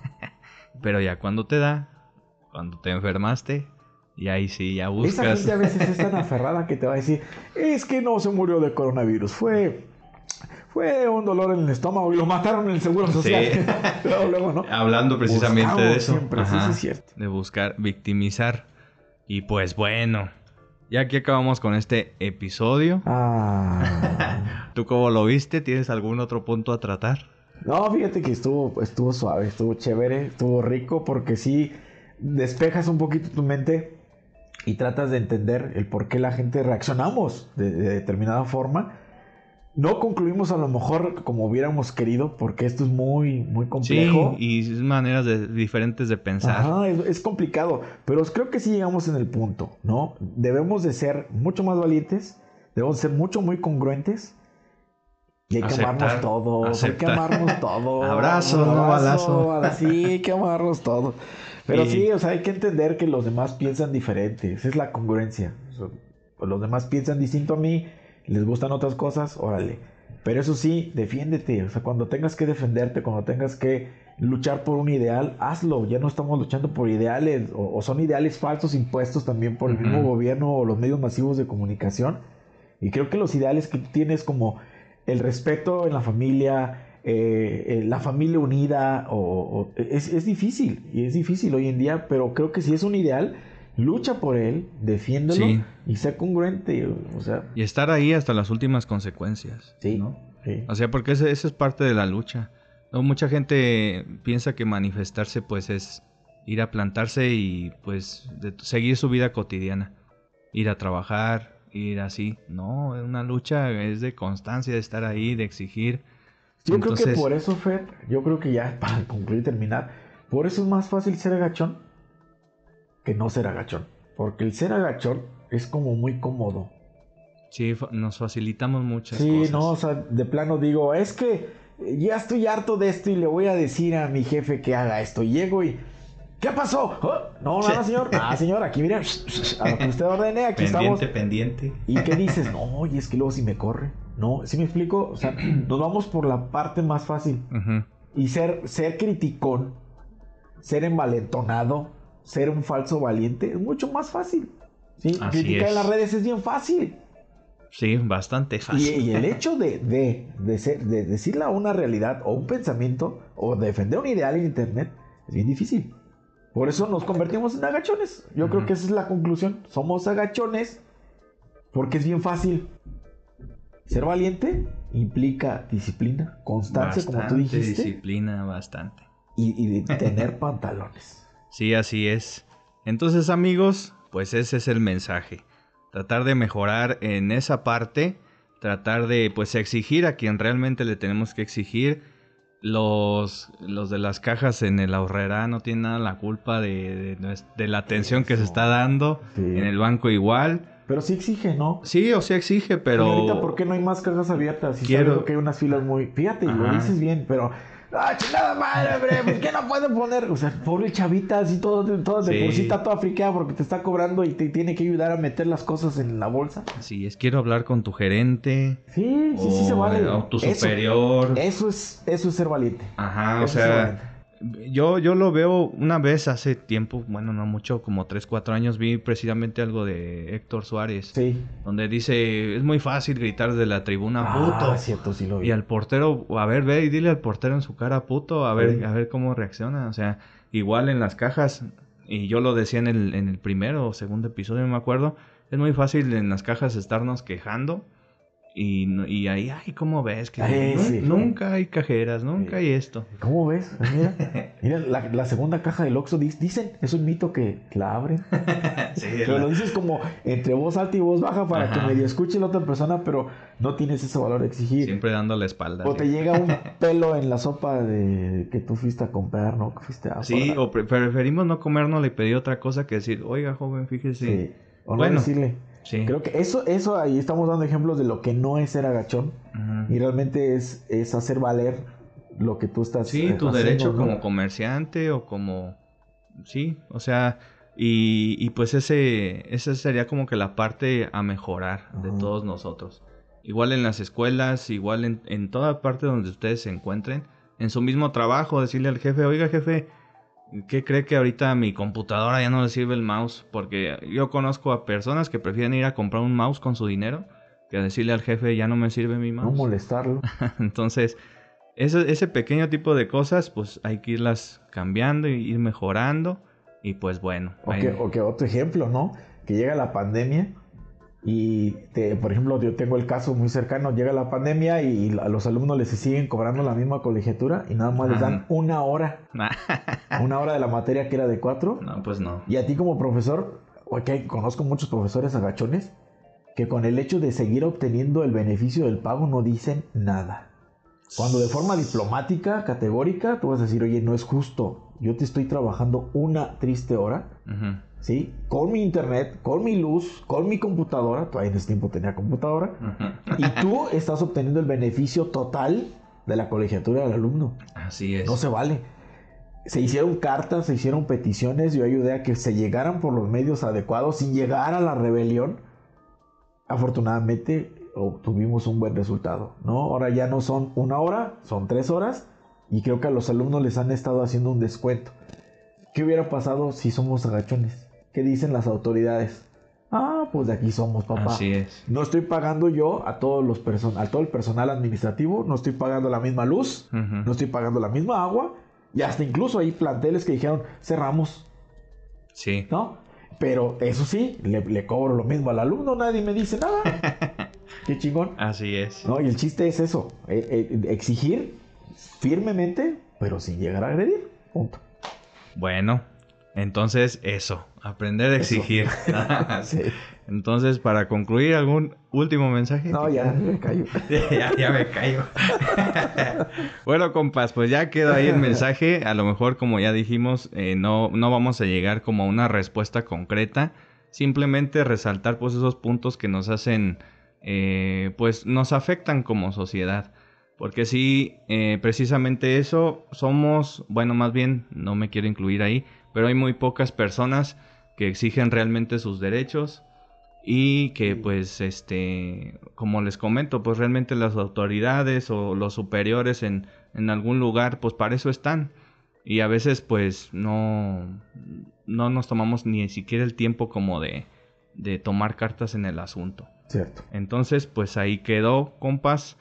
Speaker 1: Pero ya cuando te da, cuando te enfermaste, y ahí sí, ya buscas.
Speaker 2: Esa gente a veces es tan aferrada que te va a decir, es que no se murió de coronavirus, fue... Fue un dolor en el estómago y lo mataron en el seguro social.
Speaker 1: Sí.
Speaker 2: luego, luego, ¿no?
Speaker 1: Hablando precisamente
Speaker 2: Buscamos
Speaker 1: de eso.
Speaker 2: Siempre,
Speaker 1: Ajá,
Speaker 2: sí, sí, es cierto.
Speaker 1: De buscar victimizar. Y pues bueno, ya aquí acabamos con este episodio.
Speaker 2: Ah.
Speaker 1: ¿Tú cómo lo viste? ¿Tienes algún otro punto a tratar?
Speaker 2: No, fíjate que estuvo, estuvo suave, estuvo chévere, estuvo rico porque sí despejas un poquito tu mente y tratas de entender el por qué la gente reaccionamos de, de determinada forma. No concluimos a lo mejor como hubiéramos querido, porque esto es muy, muy complejo.
Speaker 1: Sí, y es maneras de, diferentes de pensar.
Speaker 2: Ajá, es, es complicado, pero creo que sí llegamos en el punto, ¿no? Debemos de ser mucho más valientes, debemos de ser mucho, muy congruentes. Y hay que
Speaker 1: Aceptar,
Speaker 2: amarnos todos,
Speaker 1: aceptar.
Speaker 2: hay que amarnos todos.
Speaker 1: Abrazo, no balazo.
Speaker 2: Sí, hay que amarnos todos. Pero y... sí, o sea, hay que entender que los demás piensan diferente. Esa es la congruencia. O sea, los demás piensan distinto a mí. les gustan otras cosas, órale. Pero eso sí, defiéndete. O sea, cuando tengas que defenderte, cuando tengas que luchar por un ideal, hazlo. Ya no estamos luchando por ideales, o, o son ideales falsos impuestos también por el uh-huh. mismo gobierno o los medios masivos de comunicación. Y creo que los ideales que tú tienes, como el respeto en la familia, eh, eh, la familia unida, o, o, es, es difícil, y es difícil hoy en día, pero creo que si es un ideal, lucha por él, defiéndelo, sí. y sé congruente, o sea...
Speaker 1: Y estar ahí hasta las últimas consecuencias,
Speaker 2: sí,
Speaker 1: ¿no?
Speaker 2: Sí.
Speaker 1: O sea, porque esa es parte de la lucha. ¿No? Mucha gente piensa que manifestarse, pues, es ir a plantarse y, pues, de seguir su vida cotidiana. Ir a trabajar, ir así. No, una lucha es de constancia, de estar ahí, de exigir.
Speaker 2: Yo Entonces... creo que por eso, Fer, yo creo que ya para concluir y terminar, por eso es más fácil ser agachón que no ser agachón. Porque el ser agachón es como muy cómodo.
Speaker 1: Sí, nos facilitamos muchas
Speaker 2: sí,
Speaker 1: cosas.
Speaker 2: Sí, no, o sea, de plano digo, es que ya estoy harto de esto y le voy a decir a mi jefe que haga esto. Y llego y... ¿Qué pasó? ¿Oh? No, nada, señor. Ah, señor, aquí mira, a lo que usted ordene, aquí
Speaker 1: pendiente,
Speaker 2: estamos.
Speaker 1: Pendiente, pendiente.
Speaker 2: ¿Y qué dices? No, y es que luego si me corre. No, ¿sí me explico? O sea, nos vamos por la parte más fácil. Uh-huh. Y ser, ser criticón, ser envalentonado, ser un falso valiente, es mucho más fácil. ¿Sí?
Speaker 1: Así
Speaker 2: Criticar
Speaker 1: es.
Speaker 2: en las redes es bien fácil.
Speaker 1: Sí, bastante fácil.
Speaker 2: Y, y el hecho de, de, de, ser, de decirle una realidad o un pensamiento o defender un ideal en internet es bien difícil. Por eso nos convertimos en agachones. Yo uh-huh. creo que esa es la conclusión. Somos agachones porque es bien fácil. Ser valiente implica disciplina, constancia, bastante, como tú dijiste.
Speaker 1: Disciplina, bastante.
Speaker 2: Y, y de tener pantalones.
Speaker 1: Sí, así es. Entonces, amigos, pues ese es el mensaje. Tratar de mejorar en esa parte. Tratar de, pues, exigir a quien realmente le tenemos que exigir. Los, los de las cajas en el Aurrerá no tienen nada la culpa de, de, de la atención Eso. que se está dando. Sí. En el banco igual.
Speaker 2: Pero sí exige, ¿no?
Speaker 1: Sí, o sea, exige, pero...
Speaker 2: Señorita, ¿por qué no hay más cajas abiertas? Si
Speaker 1: Quiero...
Speaker 2: sabes que hay unas filas muy... Fíjate, Ajá. lo dices bien, pero... ¡Ah, chingada madre, hombre! ¿Por qué no pueden poner? O sea, pobre chavita, así todo, todo de sí. por sí está toda friqueada porque te está cobrando y te tiene que ayudar a meter las cosas en la bolsa.
Speaker 1: Sí, es quiero hablar con tu gerente.
Speaker 2: Sí, sí, sí se vale.
Speaker 1: O tu superior.
Speaker 2: Eso, eso, es, eso es ser valiente.
Speaker 1: Ajá, eso o sea... Yo, yo lo veo una vez hace tiempo, bueno, no mucho, como tres, cuatro años, vi precisamente algo de Héctor Suárez.
Speaker 2: Sí.
Speaker 1: Donde dice, es muy fácil gritar desde la tribuna,
Speaker 2: ah,
Speaker 1: puto.
Speaker 2: Ah, cierto, sí lo vi.
Speaker 1: Y al portero, a ver, ve y dile al portero en su cara, puto, a ver, sí. a ver cómo reacciona. O sea, igual en las cajas, y yo lo decía en el, en el primero o segundo episodio, no me acuerdo, es muy fácil en las cajas estarnos quejando. Y, y ahí, ay, ¿cómo ves? Que
Speaker 2: ay,
Speaker 1: no,
Speaker 2: sí,
Speaker 1: nunca sí. hay cajeras, nunca sí. hay esto.
Speaker 2: ¿Cómo ves? Mira, mira la, la segunda caja del Oxxo, dicen, es un mito que la abren.
Speaker 1: sí,
Speaker 2: pero la... lo dices como entre voz alta y voz baja para Ajá. que medio escuche la otra persona, pero no tienes ese valor de exigir.
Speaker 1: Siempre dando la espalda.
Speaker 2: O
Speaker 1: sí.
Speaker 2: te llega un pelo en la sopa de que tú fuiste a comprar, ¿no? Que fuiste a
Speaker 1: sí, pagar. O pre- preferimos no comernos y pedir otra cosa que decir, oiga, joven, fíjese.
Speaker 2: Sí. O
Speaker 1: bueno,
Speaker 2: no decirle.
Speaker 1: Sí.
Speaker 2: Creo que eso, eso ahí estamos dando ejemplos de lo que no es ser agachón. Uh-huh. Y realmente es, es hacer valer lo que tú estás
Speaker 1: Sí,
Speaker 2: eh,
Speaker 1: tu
Speaker 2: haciendo,
Speaker 1: derecho
Speaker 2: ¿no?
Speaker 1: como comerciante o como... Sí, o sea... Y, y pues ese esa sería como que la parte a mejorar uh-huh. de todos nosotros. Igual en las escuelas, igual en, en toda parte donde ustedes se encuentren. En su mismo trabajo, decirle al jefe, oiga jefe... ¿Qué cree que ahorita a mi computadora ya no le sirve el mouse? Porque yo conozco a personas que prefieren ir a comprar un mouse con su dinero que a decirle al jefe, ya no me sirve mi mouse.
Speaker 2: No molestarlo.
Speaker 1: Entonces, ese, ese pequeño tipo de cosas, pues hay que irlas cambiando y ir mejorando. Y pues bueno.
Speaker 2: O, que, o que otro ejemplo, ¿no? Que llega la pandemia y, te, por ejemplo, yo tengo el caso muy cercano. Llega la pandemia y a los alumnos les siguen cobrando la misma colegiatura y nada más les dan una hora. Una hora de la materia que era de cuatro.
Speaker 1: No, pues no.
Speaker 2: Y a ti como profesor, okay, conozco muchos profesores agachones que con el hecho de seguir obteniendo el beneficio del pago no dicen nada. Cuando de forma diplomática, categórica, tú vas a decir, oye, no es justo. Yo te estoy trabajando una triste hora, uh-huh. ¿sí? Con mi internet, con mi luz, con mi computadora. Todavía en ese tiempo tenía computadora. Uh-huh. Y tú estás obteniendo el beneficio total de la colegiatura del alumno.
Speaker 1: Así es.
Speaker 2: No se vale. Se hicieron cartas, se hicieron peticiones. Yo ayudé a que se llegaran por los medios adecuados sin llegar a la rebelión. Afortunadamente, obtuvimos un buen resultado, ¿no? Ahora ya no son una hora, son tres horas y creo que a los alumnos les han estado haciendo un descuento. ¿Qué hubiera pasado si somos agachones? ¿Qué dicen las autoridades? Ah, pues de aquí somos, papá.
Speaker 1: Así es.
Speaker 2: No estoy pagando yo a todos los person- a todo el personal administrativo, no estoy pagando la misma luz, uh-huh. no estoy pagando la misma agua, y hasta incluso hay planteles que dijeron, cerramos.
Speaker 1: Sí.
Speaker 2: ¿No? Pero eso sí, le, le cobro lo mismo al alumno, nadie me dice nada. Qué chingón.
Speaker 1: Así es.
Speaker 2: ¿No? Y el chiste es eso, eh, eh, exigir firmemente, pero sin llegar a agredir. Punto.
Speaker 1: Bueno, entonces eso, aprender a exigir. Sí. Entonces, para concluir, ¿algún último mensaje?
Speaker 2: No, ya me callo.
Speaker 1: ya, ya me callo. Bueno, compas, pues ya queda ahí el mensaje. A lo mejor, como ya dijimos, eh, no, no vamos a llegar como a una respuesta concreta. Simplemente resaltar pues esos puntos que nos hacen, eh, pues nos afectan como sociedad. Porque sí, eh, precisamente eso somos, bueno, más bien, no me quiero incluir ahí, pero hay muy pocas personas que exigen realmente sus derechos y que pues, este, como les comento, pues realmente las autoridades o los superiores en, en algún lugar, pues para eso están. Y a veces pues no, no nos tomamos ni siquiera el tiempo como de, de tomar cartas en el asunto.
Speaker 2: Cierto.
Speaker 1: Entonces, pues ahí quedó, compas.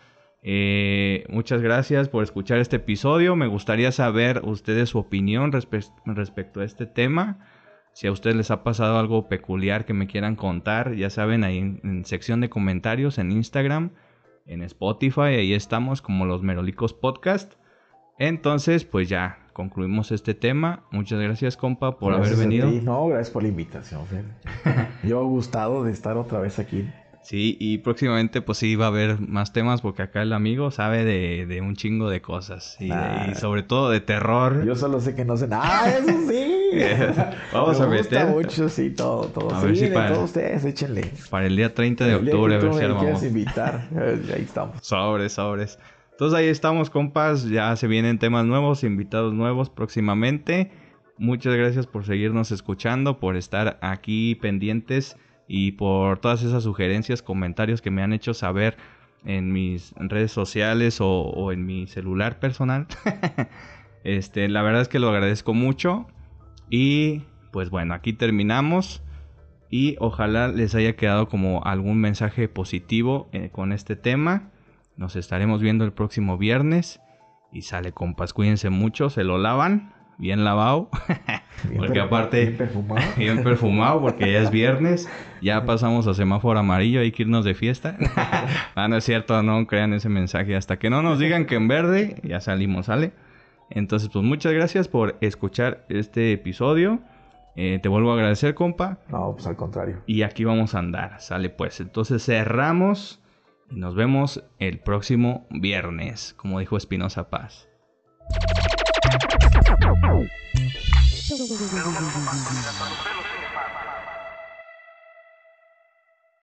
Speaker 1: Eh, muchas gracias por escuchar este episodio. Me gustaría saber ustedes su opinión respe- respecto a este tema. Si a ustedes les ha pasado algo peculiar que me quieran contar, ya saben, ahí en, en sección de comentarios en Instagram, en Spotify, ahí estamos como Los Merolicos Podcast. Entonces, pues ya concluimos este tema. Muchas gracias, compa, por
Speaker 2: gracias
Speaker 1: haber venido.
Speaker 2: A ti. No, gracias por la invitación, Fer. Yo he gustado de estar otra vez aquí.
Speaker 1: Sí, y próximamente pues sí va a haber más temas porque acá el amigo sabe de, de un chingo de cosas y, ah, de, y sobre todo de terror.
Speaker 2: Yo solo sé que no sé nada. ¡Ah, eso sí!
Speaker 1: Vamos
Speaker 2: Me
Speaker 1: a meter.
Speaker 2: Me gusta mucho, sí, todo, todo.
Speaker 1: A
Speaker 2: sí,
Speaker 1: ver si
Speaker 2: de
Speaker 1: para,
Speaker 2: todos ustedes, échenle.
Speaker 1: Para el día treinta de octubre, a ver si armamos.
Speaker 2: quieres invitar, ahí estamos.
Speaker 1: Sobres, sobres. Entonces ahí estamos, compas. Ya se vienen temas nuevos, invitados nuevos próximamente. Muchas gracias por seguirnos escuchando, por estar aquí pendientes y por todas esas sugerencias, comentarios que me han hecho saber en mis redes sociales o, o en mi celular personal. este, la verdad es que lo agradezco mucho. Y pues bueno, aquí terminamos. Y ojalá les haya quedado como algún mensaje positivo eh, con este tema. Nos estaremos viendo el próximo viernes. Y sale, compas, cuídense mucho, se lo lavan. Bien lavado.
Speaker 2: Bien
Speaker 1: porque aparte
Speaker 2: bien perfumado.
Speaker 1: Bien perfumado porque ya es viernes. Ya pasamos a semáforo amarillo. Hay que irnos de fiesta. Ah, no es cierto, no crean ese mensaje. Hasta que no nos digan que en verde ya salimos, ¿sale? Entonces pues muchas gracias por escuchar este episodio. eh, Te vuelvo a agradecer, compa.
Speaker 2: No, pues al contrario.
Speaker 1: Y aquí vamos a andar, sale pues. Entonces cerramos y nos vemos el próximo viernes, como dijo Espinosa Paz. Thank you.